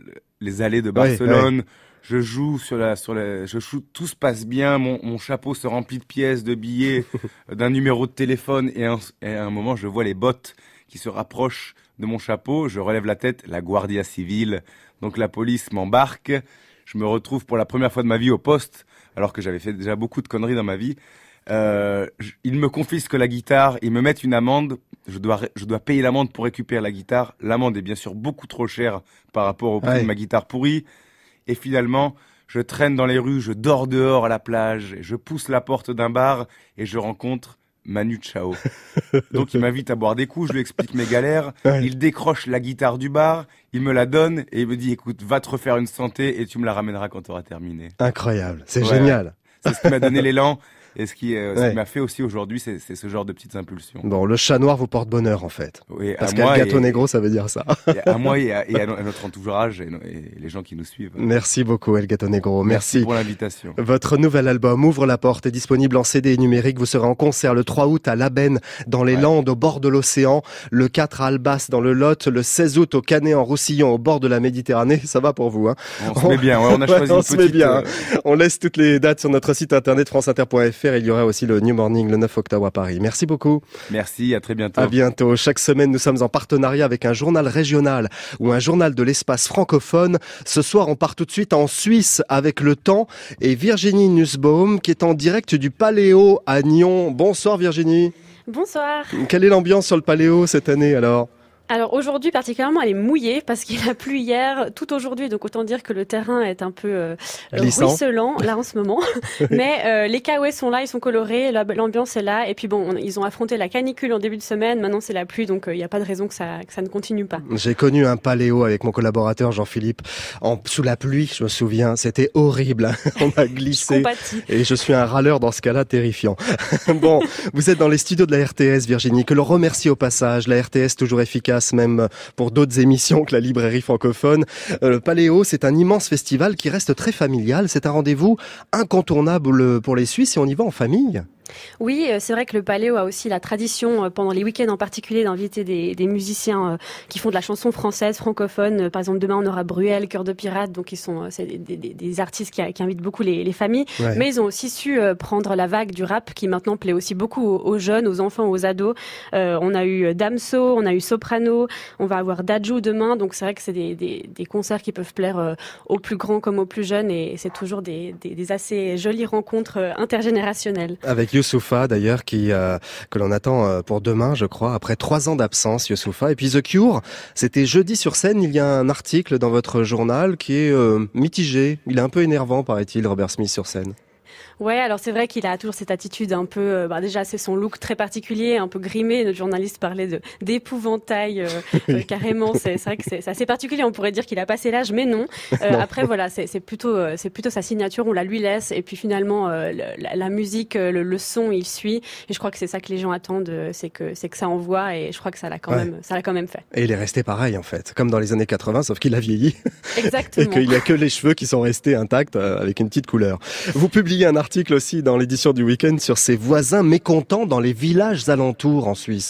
les allées de Barcelone. Ouais, ouais. Je joue sur la, sur la, je joue, tout se passe bien. Mon, mon chapeau se remplit de pièces, de billets, d'un numéro de téléphone. Et, un, et à un moment, je vois les bottes qui se rapprochent de mon chapeau. Je relève la tête, la Guardia Civile. Donc la police m'embarque. Je me retrouve pour la première fois de ma vie au poste, alors que j'avais fait déjà beaucoup de conneries dans ma vie. Euh, ils me confisquent la guitare, ils me mettent une amende, je dois, je dois payer l'amende pour récupérer la guitare. L'amende est bien sûr beaucoup trop chère par rapport au prix ouais. de ma guitare pourrie. Et finalement, je traîne dans les rues, je dors dehors à la plage, je pousse la porte d'un bar et je rencontre Manu Chao. Donc il m'invite à boire des coups, je lui explique mes galères, ouais. il décroche la guitare du bar, il me la donne et il me dit écoute, va te refaire une santé et tu me la ramèneras quand tu auras terminé. Incroyable, c'est ouais. génial. C'est ce qui m'a donné l'élan. Et ce qui, euh, ouais. ce qui m'a fait aussi aujourd'hui, c'est, c'est ce genre de petites impulsions. Bon, le chat noir vous porte bonheur, en fait. Oui, parce qu'un gâteau négro, ça veut dire ça. À moi et à, et à notre entourage et, et les gens qui nous suivent. Merci beaucoup, El Gato Negro. Merci. Merci pour l'invitation. Votre nouvel album, Ouvre la porte, est disponible en C D et numérique. Vous serez en concert le trois août à Labenne, dans les ouais. Landes, au bord de l'océan. Le quatre à Albas, dans le Lot. Le seize août au Canet, en Roussillon, au bord de la Méditerranée. Ça va pour vous, hein? On, on se met bien, ouais, on a choisi ouais, on une se petite... met bien. Euh... On laisse toutes les dates sur notre site internet france inter point f r. Il y aura aussi le New Morning le neuf octobre à Paris. Merci beaucoup. Merci, à très bientôt. À bientôt. Chaque semaine, nous sommes en partenariat avec un journal régional ou un journal de l'espace francophone. Ce soir, on part tout de suite en Suisse avec Le Temps et Virginie Nussbaum qui est en direct du Paléo à Nyon. Bonsoir Virginie. Bonsoir. Quelle est l'ambiance sur le Paléo cette année alors ? Alors aujourd'hui particulièrement elle est mouillée parce qu'il a plu hier tout aujourd'hui, donc autant dire que le terrain est un peu euh, ruisselant là en ce moment. Mais euh, les caouets sont là, ils sont colorés, l'ambiance est là et puis bon on, ils ont affronté la canicule en début de semaine, maintenant c'est la pluie donc il euh, n'y a pas de raison que ça, que ça ne continue pas. J'ai connu un paléo avec mon collaborateur Jean-Philippe en, sous la pluie, je me souviens, c'était horrible, on a glissé je et je suis un râleur dans ce cas-là terrifiant. Bon, vous êtes dans les studios de la R T S Virginie, que l'on remercie au passage, la R T S toujours efficace même pour d'autres émissions que la librairie francophone. Euh, le Paléo, c'est un immense festival qui reste très familial. C'est un rendez-vous incontournable pour les Suisses et on y va en famille. Oui, c'est vrai que le Paléo a aussi la tradition, pendant les week-ends en particulier, d'inviter des, des musiciens qui font de la chanson française, francophone. Par exemple, demain, on aura Bruel, Cœur de Pirate, donc ils sont, c'est des, des, des artistes qui, qui invitent beaucoup les, les familles. Ouais. Mais ils ont aussi su prendre la vague du rap qui maintenant plaît aussi beaucoup aux, aux jeunes, aux enfants, aux ados. Euh, on a eu Damso, on a eu Soprano, on va avoir Dadju demain. Donc c'est vrai que c'est des, des, des concerts qui peuvent plaire aux plus grands comme aux plus jeunes et c'est toujours des, des, des assez jolies rencontres intergénérationnelles. Avec Youssoupha d'ailleurs qui euh, que l'on attend euh, pour demain je crois après trois ans d'absence Youssoupha et puis The Cure c'était jeudi sur scène. Il y a un article dans votre journal qui est euh, mitigé, il est un peu énervant paraît-il Robert Smith sur scène. Ouais, alors c'est vrai qu'il a toujours cette attitude un peu, euh, bah déjà c'est son look très particulier, un peu grimé. Notre journaliste parlait de d'épouvantail euh, euh, carrément. C'est, c'est vrai que c'est, c'est assez particulier. On pourrait dire qu'il a passé l'âge, mais non. Euh, non. Après voilà, c'est, c'est plutôt euh, c'est plutôt sa signature. On la lui laisse et puis finalement euh, la, la musique, le, le son, il suit. Et je crois que c'est ça que les gens attendent, c'est que c'est que ça envoie et je crois que ça l'a quand ouais. même ça l'a quand même fait. Et il est resté pareil en fait, comme dans les années quatre-vingts, sauf qu'il a vieilli. Exactement. Et qu'il y a que les cheveux qui sont restés intacts euh, avec une petite couleur. Vous publiez un article aussi dans l'édition du week-end sur ses voisins mécontents dans les villages alentours en Suisse.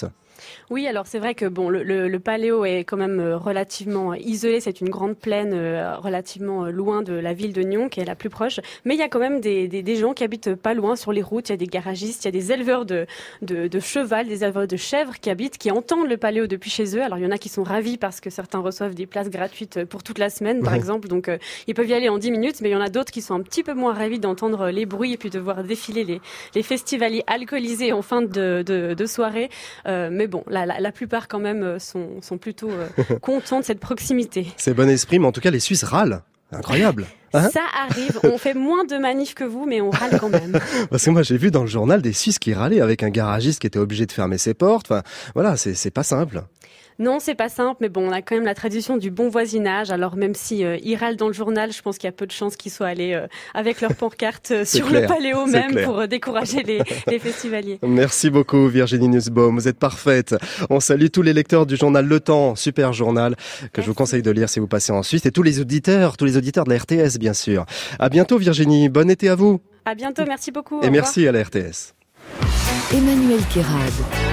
Oui, alors c'est vrai que bon, le, le, le Paléo est quand même relativement isolé. C'est une grande plaine euh, relativement loin de la ville de Nyon, qui est la plus proche. Mais il y a quand même des, des, des gens qui habitent pas loin sur les routes. Il y a des garagistes, il y a des éleveurs de, de, de cheval, des éleveurs de chèvres qui habitent, qui entendent le Paléo depuis chez eux. Alors il y en a qui sont ravis parce que certains reçoivent des places gratuites pour toute la semaine, par ouais. exemple. Donc euh, ils peuvent y aller en dix minutes. Mais il y en a d'autres qui sont un petit peu moins ravis d'entendre les bruits et puis de voir défiler les, les festivaliers alcoolisés en fin de, de, de soirée. Euh, mais bon, la, la, la plupart quand même sont, sont plutôt euh, contents de cette proximité. C'est bon esprit, mais en tout cas les Suisses râlent. Incroyable. Hein, ça arrive, on fait moins de manifs que vous, mais on râle quand même. Parce que moi j'ai vu dans le journal des Suisses qui râlaient avec un garagiste qui était obligé de fermer ses portes. Enfin, voilà, c'est, c'est pas simple. Non, c'est pas simple, mais bon, on a quand même la tradition du bon voisinage. Alors même si euh, ils râlent dans le journal, je pense qu'il y a peu de chances qu'ils soient allés euh, avec leur pancarte euh, sur clair, le Paléo même clair. pour euh, décourager les, les festivaliers. Merci beaucoup Virginie Nussbaum, vous êtes parfaite. On salue tous les lecteurs du journal Le Temps, super journal que Merci. Je vous conseille de lire si vous passez en Suisse, et tous les auditeurs, tous les auditeurs de la R T S bien sûr. À bientôt Virginie, bon été à vous. À bientôt, merci beaucoup. Et merci à la R T S. Emmanuel Kérad,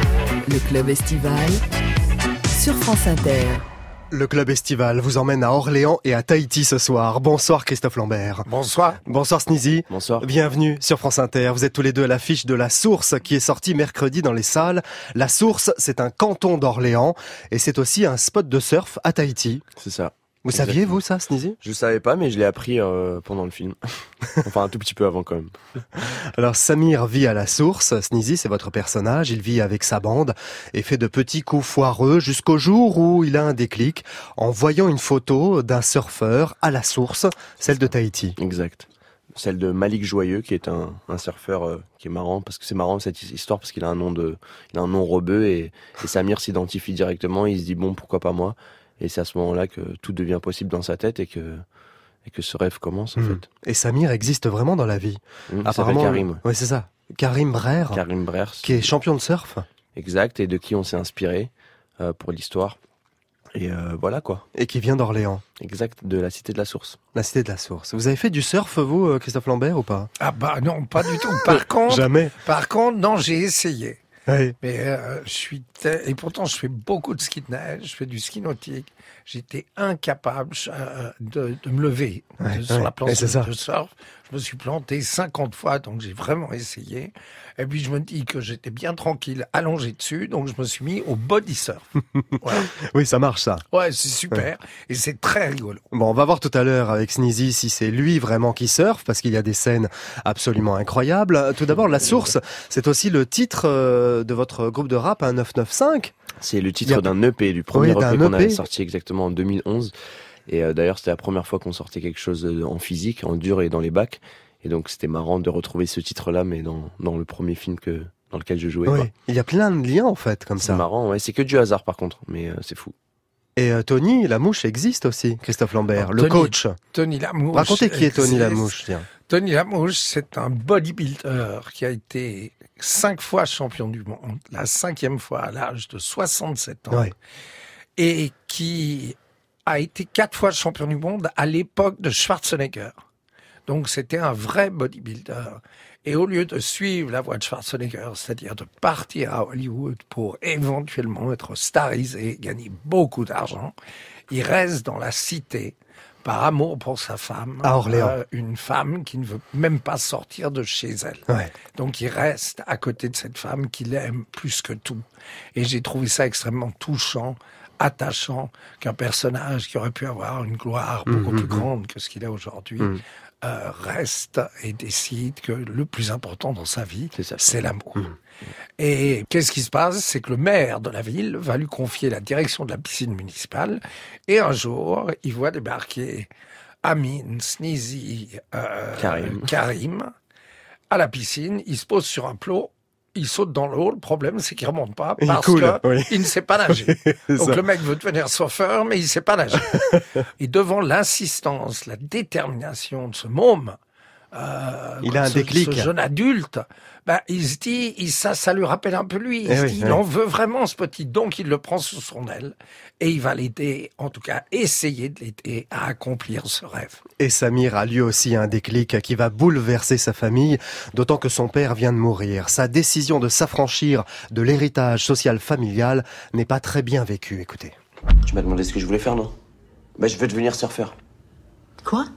le club estival sur France Inter. Le club estival vous emmène à Orléans et à Tahiti ce soir. Bonsoir Christophe Lambert. Bonsoir. Bonsoir Sneezy. Bonsoir. Bienvenue sur France Inter. Vous êtes tous les deux à l'affiche de La Source qui est sortie mercredi dans les salles. La Source, c'est un canton d'Orléans et c'est aussi un spot de surf à Tahiti. C'est ça. Vous Exactement. Saviez, vous, ça, Sneezy ? Je savais pas, mais je l'ai appris euh, pendant le film. Enfin, un tout petit peu avant, quand même. Alors, Samir vit à la source. Sneezy, c'est votre personnage. Il vit avec sa bande et fait de petits coups foireux jusqu'au jour où il a un déclic en voyant une photo d'un surfeur à la source, celle de Tahiti. Exact. Celle de Malik Joyeux, qui est un, un surfeur euh, qui est marrant, parce que c'est marrant cette histoire, parce qu'il a un nom de, il a un nom rebeu et, et Samir s'identifie directement. Il se dit, bon, pourquoi pas moi ? Et c'est à ce moment-là que tout devient possible dans sa tête et que, et que ce rêve commence, en mmh. fait. Et Samir existe vraiment dans la vie. Mmh, Apparemment, il Karim. Oui, c'est ça. Karim Brère. Karim Brère. Qui est champion de surf. Exact, et de qui on s'est inspiré euh, pour l'histoire. Et euh, voilà, quoi. Et qui vient d'Orléans. Exact, de la Cité de la Source. La Cité de la Source. Vous avez fait du surf, vous, Christophe Lambert, ou pas ? Ah bah non, pas du tout. Par contre... Jamais. Par contre, non, j'ai essayé. Oui. Mais euh, je suis t- et pourtant je fais beaucoup de ski de neige, je fais du ski nautique. J'étais incapable euh, de, de me lever ouais, de, sur ouais. la planche de, ça. de surf. Je me suis planté cinquante fois, donc j'ai vraiment essayé. Et puis je me dis que j'étais bien tranquille, allongé dessus, donc je me suis mis au body surf. Voilà. Oui, ça marche ça. Ouais, c'est super ouais. Et c'est très rigolo. Bon, on va voir tout à l'heure avec Sneezy si c'est lui vraiment qui surfe, parce qu'il y a des scènes absolument incroyables. Tout d'abord, La Source, c'est aussi le titre de votre groupe de rap, un neuf neuf cinq. C'est le titre a... d'un E P, du premier oui, E P qu'on E P. avait sorti exactement en deux mille onze. Et euh, d'ailleurs, c'était la première fois qu'on sortait quelque chose en physique, en dur et dans les bacs. Et donc, c'était marrant de retrouver ce titre-là, mais dans, dans le premier film que, dans lequel je jouais. Oui. Quoi. Il y a plein de liens, en fait, comme c'est ça. C'est marrant, ouais. C'est que du hasard, par contre, mais euh, c'est fou. Et euh, Tony Lamouche existe aussi, Christophe Lambert, Alors, le Tony, coach. Tony Lamouche. Racontez qui est Tony Lamouche, tiens. Tony Lamouche, c'est un bodybuilder qui a été cinq fois champion du monde, la cinquième fois à l'âge de soixante-sept ans, ouais. et qui a été quatre fois champion du monde à l'époque de Schwarzenegger. Donc c'était un vrai bodybuilder. Et au lieu de suivre la voie de Schwarzenegger, c'est-à-dire de partir à Hollywood pour éventuellement être starisé, gagner beaucoup d'argent, il reste dans la cité par amour pour sa femme. À Orléans. Euh, une femme qui ne veut même pas sortir de chez elle. Ouais. Donc il reste à côté de cette femme qu'il aime plus que tout. Et j'ai trouvé ça extrêmement touchant, attachant, qu'un personnage qui aurait pu avoir une gloire beaucoup mmh, plus mmh. grande que ce qu'il a aujourd'hui, mmh. euh, reste et décide que le plus important dans sa vie, c'est, ça, c'est l'amour. Mmh. Et qu'est-ce qui se passe ? C'est que le maire de la ville va lui confier la direction de la piscine municipale, et un jour, il voit débarquer Amine, Sneezy, euh, Karim. Karim à la piscine. Il se pose sur un plot, il saute dans l'eau. Le problème, c'est qu'il remonte pas parce qu'il oui. ne sait pas nager. Donc ça. Le mec veut devenir surfeur, mais il sait pas nager. Et devant l'insistance, la détermination de ce môme, Euh, il a un ce, déclic. Ce jeune adulte, ben, il se dit, il, ça, ça lui rappelle un peu lui. Il eh se oui, dit, oui. il en veut vraiment ce petit, donc il le prend sous son aile et il va l'aider, en tout cas, essayer de l'aider à accomplir ce rêve. Et Samir a lui aussi un déclic qui va bouleverser sa famille, d'autant que son père vient de mourir. Sa décision de s'affranchir de l'héritage social familial n'est pas très bien vécue. Écoutez. Tu m'as demandé ce que je voulais faire, non? Bah, je veux devenir surfeur. Quoi?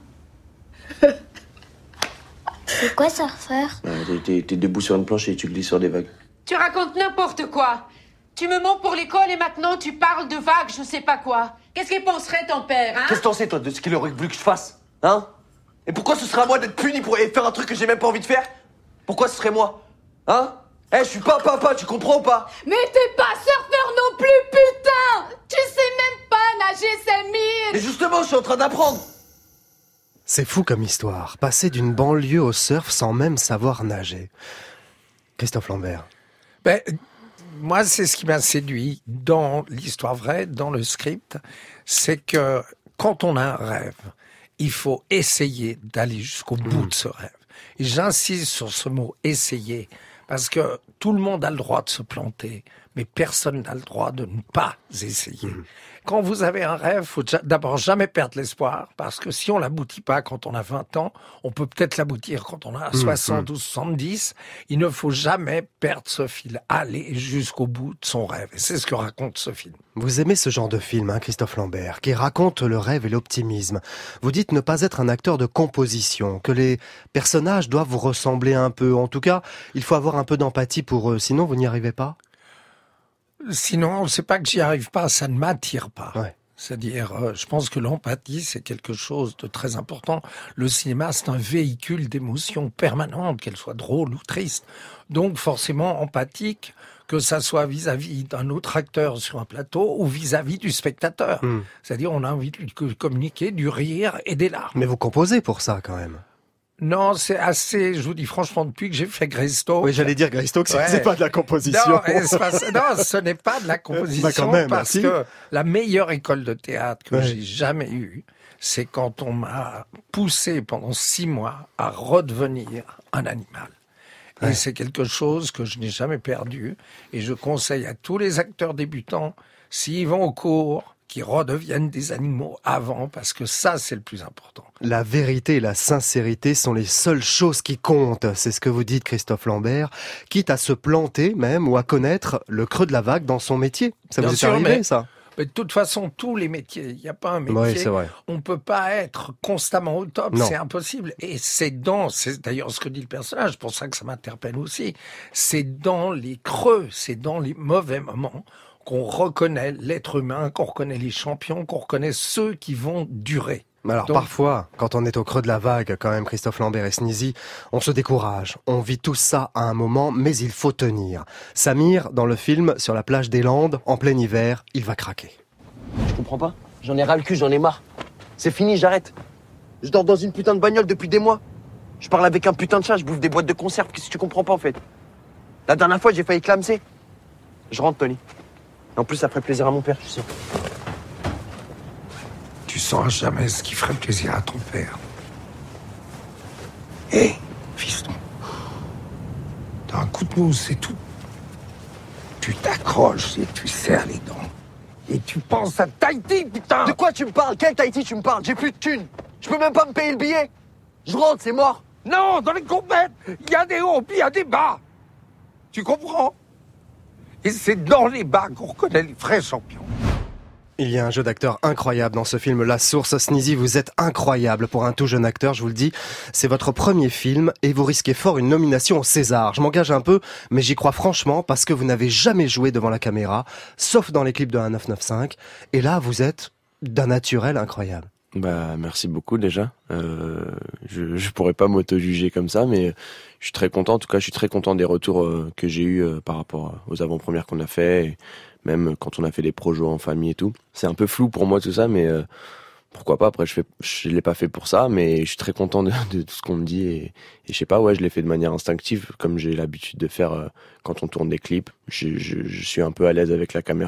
C'est quoi surfeur? Euh, t'es- t'es, t'es debout sur une planche et tu glisses sur des vagues. Tu racontes n'importe quoi. Tu me mens pour l'école et maintenant tu parles de vagues, je sais pas quoi. Qu'est-ce qu'il penserait ton père, hein? Qu'est-ce que t'en sais, toi, de ce qu'il aurait voulu que je fasse? Hein? Et pourquoi ce serait à moi d'être puni pour faire un truc que j'ai même pas envie de faire? Pourquoi ce serait moi? Hein? Eh, je suis pas papa, tu comprends ou pas? Mais t'es pas surfeur non plus, putain! Tu sais même pas nager, Samir! Et justement, je suis en train d'apprendre. C'est fou comme histoire. Passer d'une banlieue au surf sans même savoir nager. Christophe Lambert. Ben, moi, c'est ce qui m'a séduit dans l'histoire vraie, dans le script, c'est que quand on a un rêve, il faut essayer d'aller jusqu'au bout de ce rêve. Et j'insiste sur ce mot « essayer », parce que tout le monde a le droit de se planter, mais personne n'a le droit de ne pas essayer. Quand vous avez un rêve, il faut d'abord jamais perdre l'espoir, parce que si on l'aboutit pas quand on a vingt ans, on peut peut-être l'aboutir quand on a soixante ou soixante-dix. Il ne faut jamais perdre ce fil, aller jusqu'au bout de son rêve. Et c'est ce que raconte ce film. Vous aimez ce genre de film, hein, Christophe Lambert, qui raconte le rêve et l'optimisme. Vous dites ne pas être un acteur de composition, que les personnages doivent vous ressembler un peu. En tout cas, il faut avoir un peu d'empathie pour eux, sinon vous n'y arrivez pas. Sinon, c'est pas que j'y arrive pas, ça ne m'attire pas. Ouais. C'est-à-dire, euh, je pense que l'empathie, c'est quelque chose de très important. Le cinéma, c'est un véhicule d'émotions permanentes, qu'elles soient drôles ou tristes. Donc, forcément, empathique, que ça soit vis-à-vis d'un autre acteur sur un plateau ou vis-à-vis du spectateur. Mm. C'est-à-dire, on a envie de lui communiquer du rire et des larmes. Mais vous composez pour ça, quand même. Non, c'est assez, je vous dis franchement, depuis que j'ai fait Greystoke... Oui, j'allais dire Greystoke, Ouais. c'est pas de la composition. Non, c'est pas- non, ce n'est pas de la composition, Bah, quand même, parce si. que la meilleure école de théâtre que Ouais. j'ai jamais eue, c'est quand on m'a poussé pendant six mois à redevenir un animal. Et Ouais. c'est quelque chose que je n'ai jamais perdu. Et je conseille à tous les acteurs débutants, s'ils vont au cours, qu'ils redeviennent des animaux avant, parce que ça, c'est le plus important. La vérité et la sincérité sont les seules choses qui comptent. C'est ce que vous dites, Christophe Lambert. Quitte à se planter même ou à connaître le creux de la vague dans son métier. Ça Bien vous est sûr, arrivé, mais- ça? Mais de toute façon, tous les métiers, il n'y a pas un métier. Oui, c'est vrai. On ne peut pas être constamment au top, Non. c'est impossible. Et c'est dans, c'est d'ailleurs ce que dit le personnage, pour ça que ça m'interpelle aussi, c'est dans les creux, c'est dans les mauvais moments qu'on reconnaît l'être humain, qu'on reconnaît les champions, qu'on reconnaît ceux qui vont durer. Mais alors Donc- parfois, quand on est au creux de la vague, quand même, Christophe Lambert et Sneezy, on se décourage. On vit tout ça à un moment, mais il faut tenir. Samir, dans le film, sur la plage des Landes, en plein hiver, il va craquer. Je comprends pas. J'en ai ras le cul, j'en ai marre. C'est fini, j'arrête. Je dors dans une putain de bagnole depuis des mois. Je parle avec un putain de chat, je bouffe des boîtes de conserve. Qu'est-ce que tu comprends pas, en fait? La dernière fois, j'ai failli clamser. Je rentre, Tony. Et en plus, ça ferait plaisir à mon père, tu sais. Tu sauras jamais ce qui ferait plaisir à ton père. Hé, fiston, t'as un coup de mousse, c'est tout. Tu t'accroches et tu serres les dents. Et tu penses à Tahiti, putain! De quoi tu me parles? Quel Tahiti tu me parles? J'ai plus de thunes. Je peux même pas me payer le billet. Je rentre, c'est mort. Non, dans les compètes, il y a des hauts, puis il y a des bas. Tu comprends? Et c'est dans les bas qu'on reconnaît les vrais champions. Il y a un jeu d'acteur incroyable dans ce film La Source. Sneezy, vous êtes incroyable pour un tout jeune acteur, je vous le dis. C'est votre premier film et vous risquez fort une nomination au César. Je m'engage un peu, mais j'y crois franchement parce que vous n'avez jamais joué devant la caméra, sauf dans les clips de un neuf neuf cinq. Et là, vous êtes d'un naturel incroyable. Bah, merci beaucoup déjà. Euh, je, je pourrais pas m'auto-juger comme ça, mais je suis très content. En tout cas, je suis très content des retours euh, que j'ai eus euh, par rapport aux avant-premières qu'on a fait, et même quand on a fait des projets en famille et tout. C'est un peu flou pour moi tout ça, mais euh, pourquoi pas. Après, je fais, je l'ai pas fait pour ça, mais je suis très content de, de tout ce qu'on me dit, et, et je sais pas, ouais, je l'ai fait de manière instinctive, comme j'ai l'habitude de faire euh, quand on tourne des clips. Je, je, je suis un peu à l'aise avec la caméra.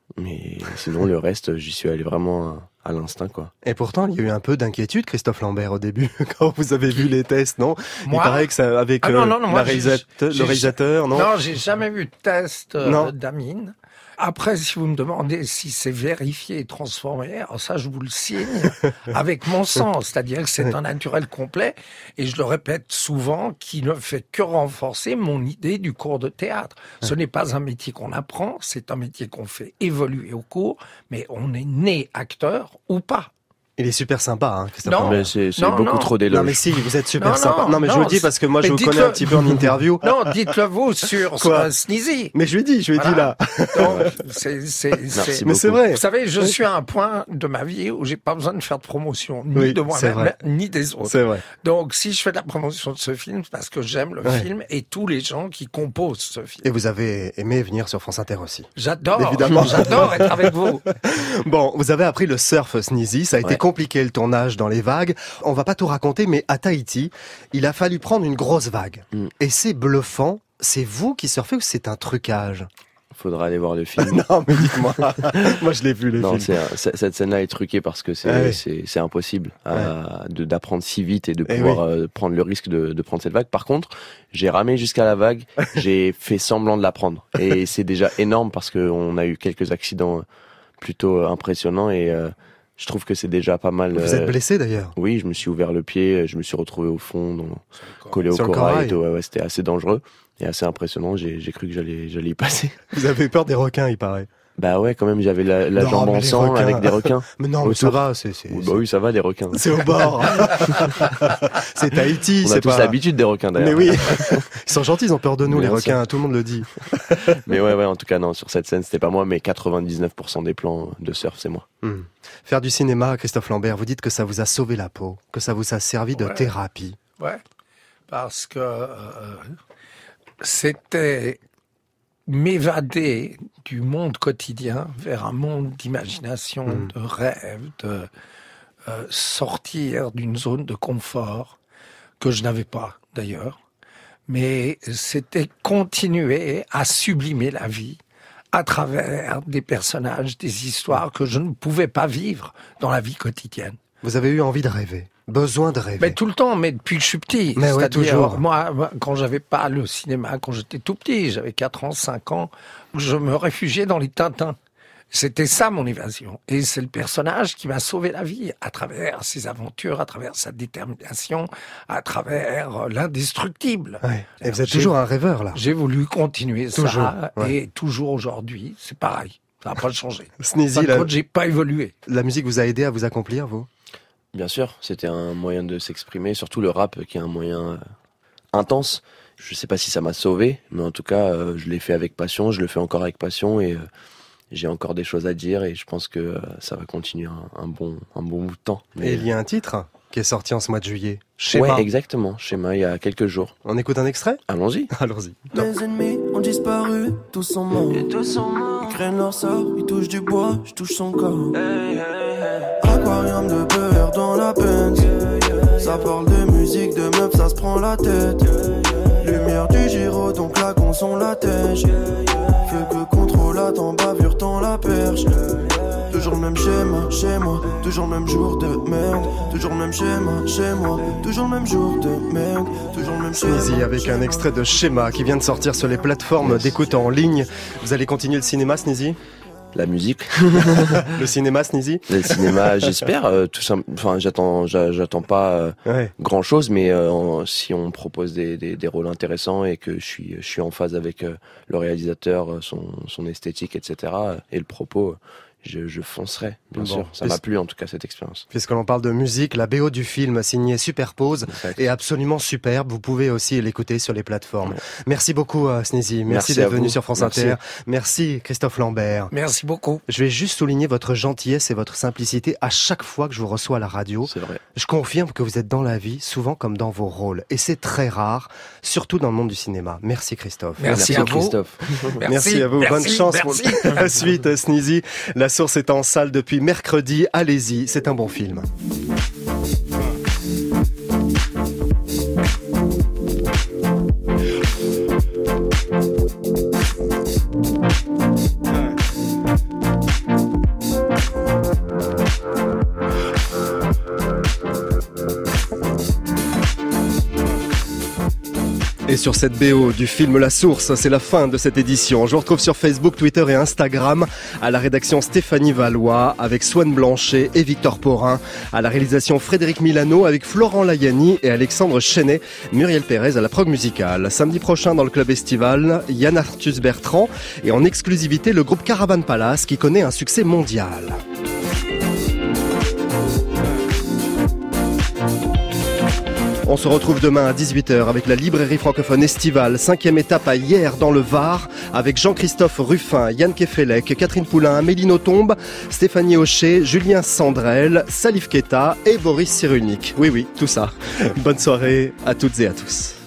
Mais sinon, le reste, j'y suis allé vraiment à, à l'instinct, quoi. Et pourtant, il y a eu un peu d'inquiétude, Christophe Lambert, au début, quand vous avez vu les tests, non? Moi Il paraît que ça, avec ah, non, non, non, euh, moi, la réalisateur, j'ai- le j'ai- réalisateur, non? Non, j'ai jamais vu de test euh, Non. d'amine. Après, si vous me demandez si c'est vérifié et transformé, alors ça, je vous le signe avec mon sang. C'est-à-dire que c'est un naturel complet. Et je le répète souvent, qui ne fait que renforcer mon idée du cours de théâtre. Ce n'est pas un métier qu'on apprend, c'est un métier qu'on fait évoluer au cours, mais on est né acteur ou pas. Il est super sympa, hein, Christophe Non. Lambert. Mais c'est c'est Non, beaucoup non. trop d'éloges. Non, mais si, vous êtes super Non, sympa. non, Non, mais je non, vous le dis parce que moi, je mais vous connais dites-le- un petit peu en interview. Non, dites-le vous sur Quoi euh, Sneezy. Mais je lui ai dit, je lui ai dit là. Donc, c'est, c'est, c'est... Mais c'est vrai. Vous savez, je Oui. suis à un point de ma vie où j'ai pas besoin de faire de promotion, ni Oui, de c'est moi-même, vrai. ni des autres. C'est vrai. Donc, si je fais de la promotion de ce film, c'est parce que j'aime le Ouais. film et tous les gens qui composent ce film. Et vous avez aimé venir sur France Inter aussi. J'adore, Évidemment. j'adore être avec vous. Bon, vous avez appris le surf, Sneezy. Ça a été Ouais. compliqué le tournage dans les vagues. On va pas tout raconter, mais à Tahiti, il a fallu prendre une grosse vague. Mm. Et c'est bluffant. C'est vous qui surfez ou c'est un trucage? Faudra aller voir le film. Non, mais dites-moi. Moi, je l'ai vu, le Non, film. c'est, un- c'est- cette scène-là est truquée parce que c'est, Ah oui. c'est, c'est impossible à- de, d'apprendre si vite et de Eh pouvoir euh, prendre le risque de, de prendre cette vague. Par contre, j'ai ramé jusqu'à la vague, j'ai fait semblant de la prendre. Et c'est déjà énorme parce qu'on a eu quelques accidents plutôt euh, impressionnants et euh, je trouve que c'est déjà pas mal. Vous êtes blessé d'ailleurs? Oui, je me suis ouvert le pied, je me suis retrouvé au fond, dans, collé au Sur le corail. corail. Et tout. Ouais, ouais, c'était assez dangereux et assez impressionnant. J'ai, j'ai cru que j'allais, j'allais y passer. Vous avez eu peur des requins, il paraît. Bah ouais, quand même, j'avais la, la Non, jambe mais en les sang requins. avec des requins. Mais non, mais ça autour. va, c'est, c'est, Oui, bah oui, ça va, des requins. c'est au bord. C'est Tahiti, On c'est a tous pas... l'habitude des requins d'ailleurs. Mais oui, ils sont gentils, ils ont peur de nous, Bien les sûr. requins, tout le monde le dit. Mais ouais, ouais, en tout cas, non, sur cette scène, c'était pas moi, mais quatre-vingt-dix-neuf pour cent des plans de surf, c'est moi. Hmm. Faire du cinéma, Christophe Lambert, vous dites que ça vous a sauvé la peau, que ça vous a servi de Ouais. thérapie. Ouais, parce que euh, c'était m'évader du monde quotidien vers un monde d'imagination, Mm. de rêve, de euh, sortir d'une zone de confort que je n'avais pas d'ailleurs. Mais c'était continuer à sublimer la vie à travers des personnages, des histoires que je ne pouvais pas vivre dans la vie quotidienne. Vous avez eu envie de rêver, besoin de rêver. Mais tout le temps, mais depuis que je suis petit. Mais ouais, C'est-à-dire, toujours. Moi, moi, quand j'avais pas le cinéma, quand j'étais tout petit, j'avais quatre ans, cinq ans, je me réfugiais dans les Tintins. C'était ça mon évasion. Et c'est le personnage qui m'a sauvé la vie à travers ses aventures, à travers sa détermination, à travers euh, l'indestructible. Ouais. Et vous êtes J'ai- toujours un rêveur, là. J'ai voulu continuer Toujours, ça. ouais. Et toujours aujourd'hui, c'est pareil. Ça n'a pas changé. Sneezy, Par la, contre, j'ai pas évolué. la musique vous a aidé à vous accomplir, vous? Bien sûr, c'était un moyen de s'exprimer, surtout le rap qui est un moyen euh, intense. Je sais pas si ça m'a sauvé, mais en tout cas, euh, je l'ai fait avec passion, je le fais encore avec passion et euh, j'ai encore des choses à dire et je pense que euh, ça va continuer un, un bon un bon bout de temps. Mais, Et il y a un titre qui est sorti en ce mois de juillet. euh, Schéma. ouais, exactement, Schéma, il y a quelques jours. On écoute un extrait? Allons-y. Allons-y. Mes ennemis ont disparu, tous sont morts. Ils craignent leur sort, ils touchent du bois, je touche son corps. Aquarium de beurre dans la Benz. Ça parle de musique, de meufs, ça se prend la tête. Lumière du gyro, donc la con sont la tèche. Fais que contrôlate en bavure, tant la perche. Toujours le même schéma, chez moi. Toujours le même jour de merde. Toujours le même schéma, chez moi. Toujours le même jour de merde. Toujours le même schéma. Sneezy avec un extrait de Schéma qui vient de sortir sur les plateformes d'écoute en ligne. Vous allez continuer le cinéma, Sneezy? La musique. Le cinéma, Sneezy? Le cinéma, j'espère. Euh, tout simple. Enfin, j'attends, j'a- j'attends pas euh, Ouais. grand chose, mais euh, en- si on me propose des, des, des rôles intéressants et que je suis, je suis en phase avec euh, le réalisateur, euh, son, son esthétique, et cetera, euh, et le propos, euh, je, je foncerai, bien Bon. sûr. Ça Et m'a c- plu en tout cas cette expérience. Puisque l'on parle de musique, la B O du film signé Superpose Exact. est absolument superbe. Vous pouvez aussi l'écouter sur les plateformes. Ouais. Merci beaucoup, euh, Sneezy. Merci, Merci d'être à venu vous. sur France Merci. Inter. Merci, Christophe Lambert. Merci beaucoup. Je vais juste souligner votre gentillesse et votre simplicité à chaque fois que je vous reçois à la radio. C'est vrai. Je confirme que vous êtes dans la vie, souvent comme dans vos rôles. Et c'est très rare, surtout dans le monde du cinéma. Merci, Christophe. Merci, à vous. Christophe. Merci, à vous. Bonne merci, chance merci. pour la suite, Sneezy. La Source est en salle depuis mercredi. Allez-y, c'est un bon film. Et sur cette B O du film La Source, c'est la fin de cette édition. Je vous retrouve sur Facebook, Twitter et Instagram. À la rédaction Stéphanie Valois avec Swan Blanchet et Victor Porin. À la réalisation Frédéric Milano avec Florent Layani et Alexandre Chenet. Muriel Pérez à la prog musicale. Samedi prochain dans le club estival, Yann Arthus Bertrand et en exclusivité le groupe Caravan Palace qui connaît un succès mondial. On se retrouve demain à dix-huit heures avec la librairie francophone estivale, cinquième étape à Hyères dans le Var, avec Jean-Christophe Ruffin, Yann Kefelec, Catherine Poulain, Méline Autombe, Stéphanie Hochet, Julien Sandrel, Salif Keita et Boris Cyrulnik. Oui, oui, tout ça. Bonne soirée à toutes et à tous.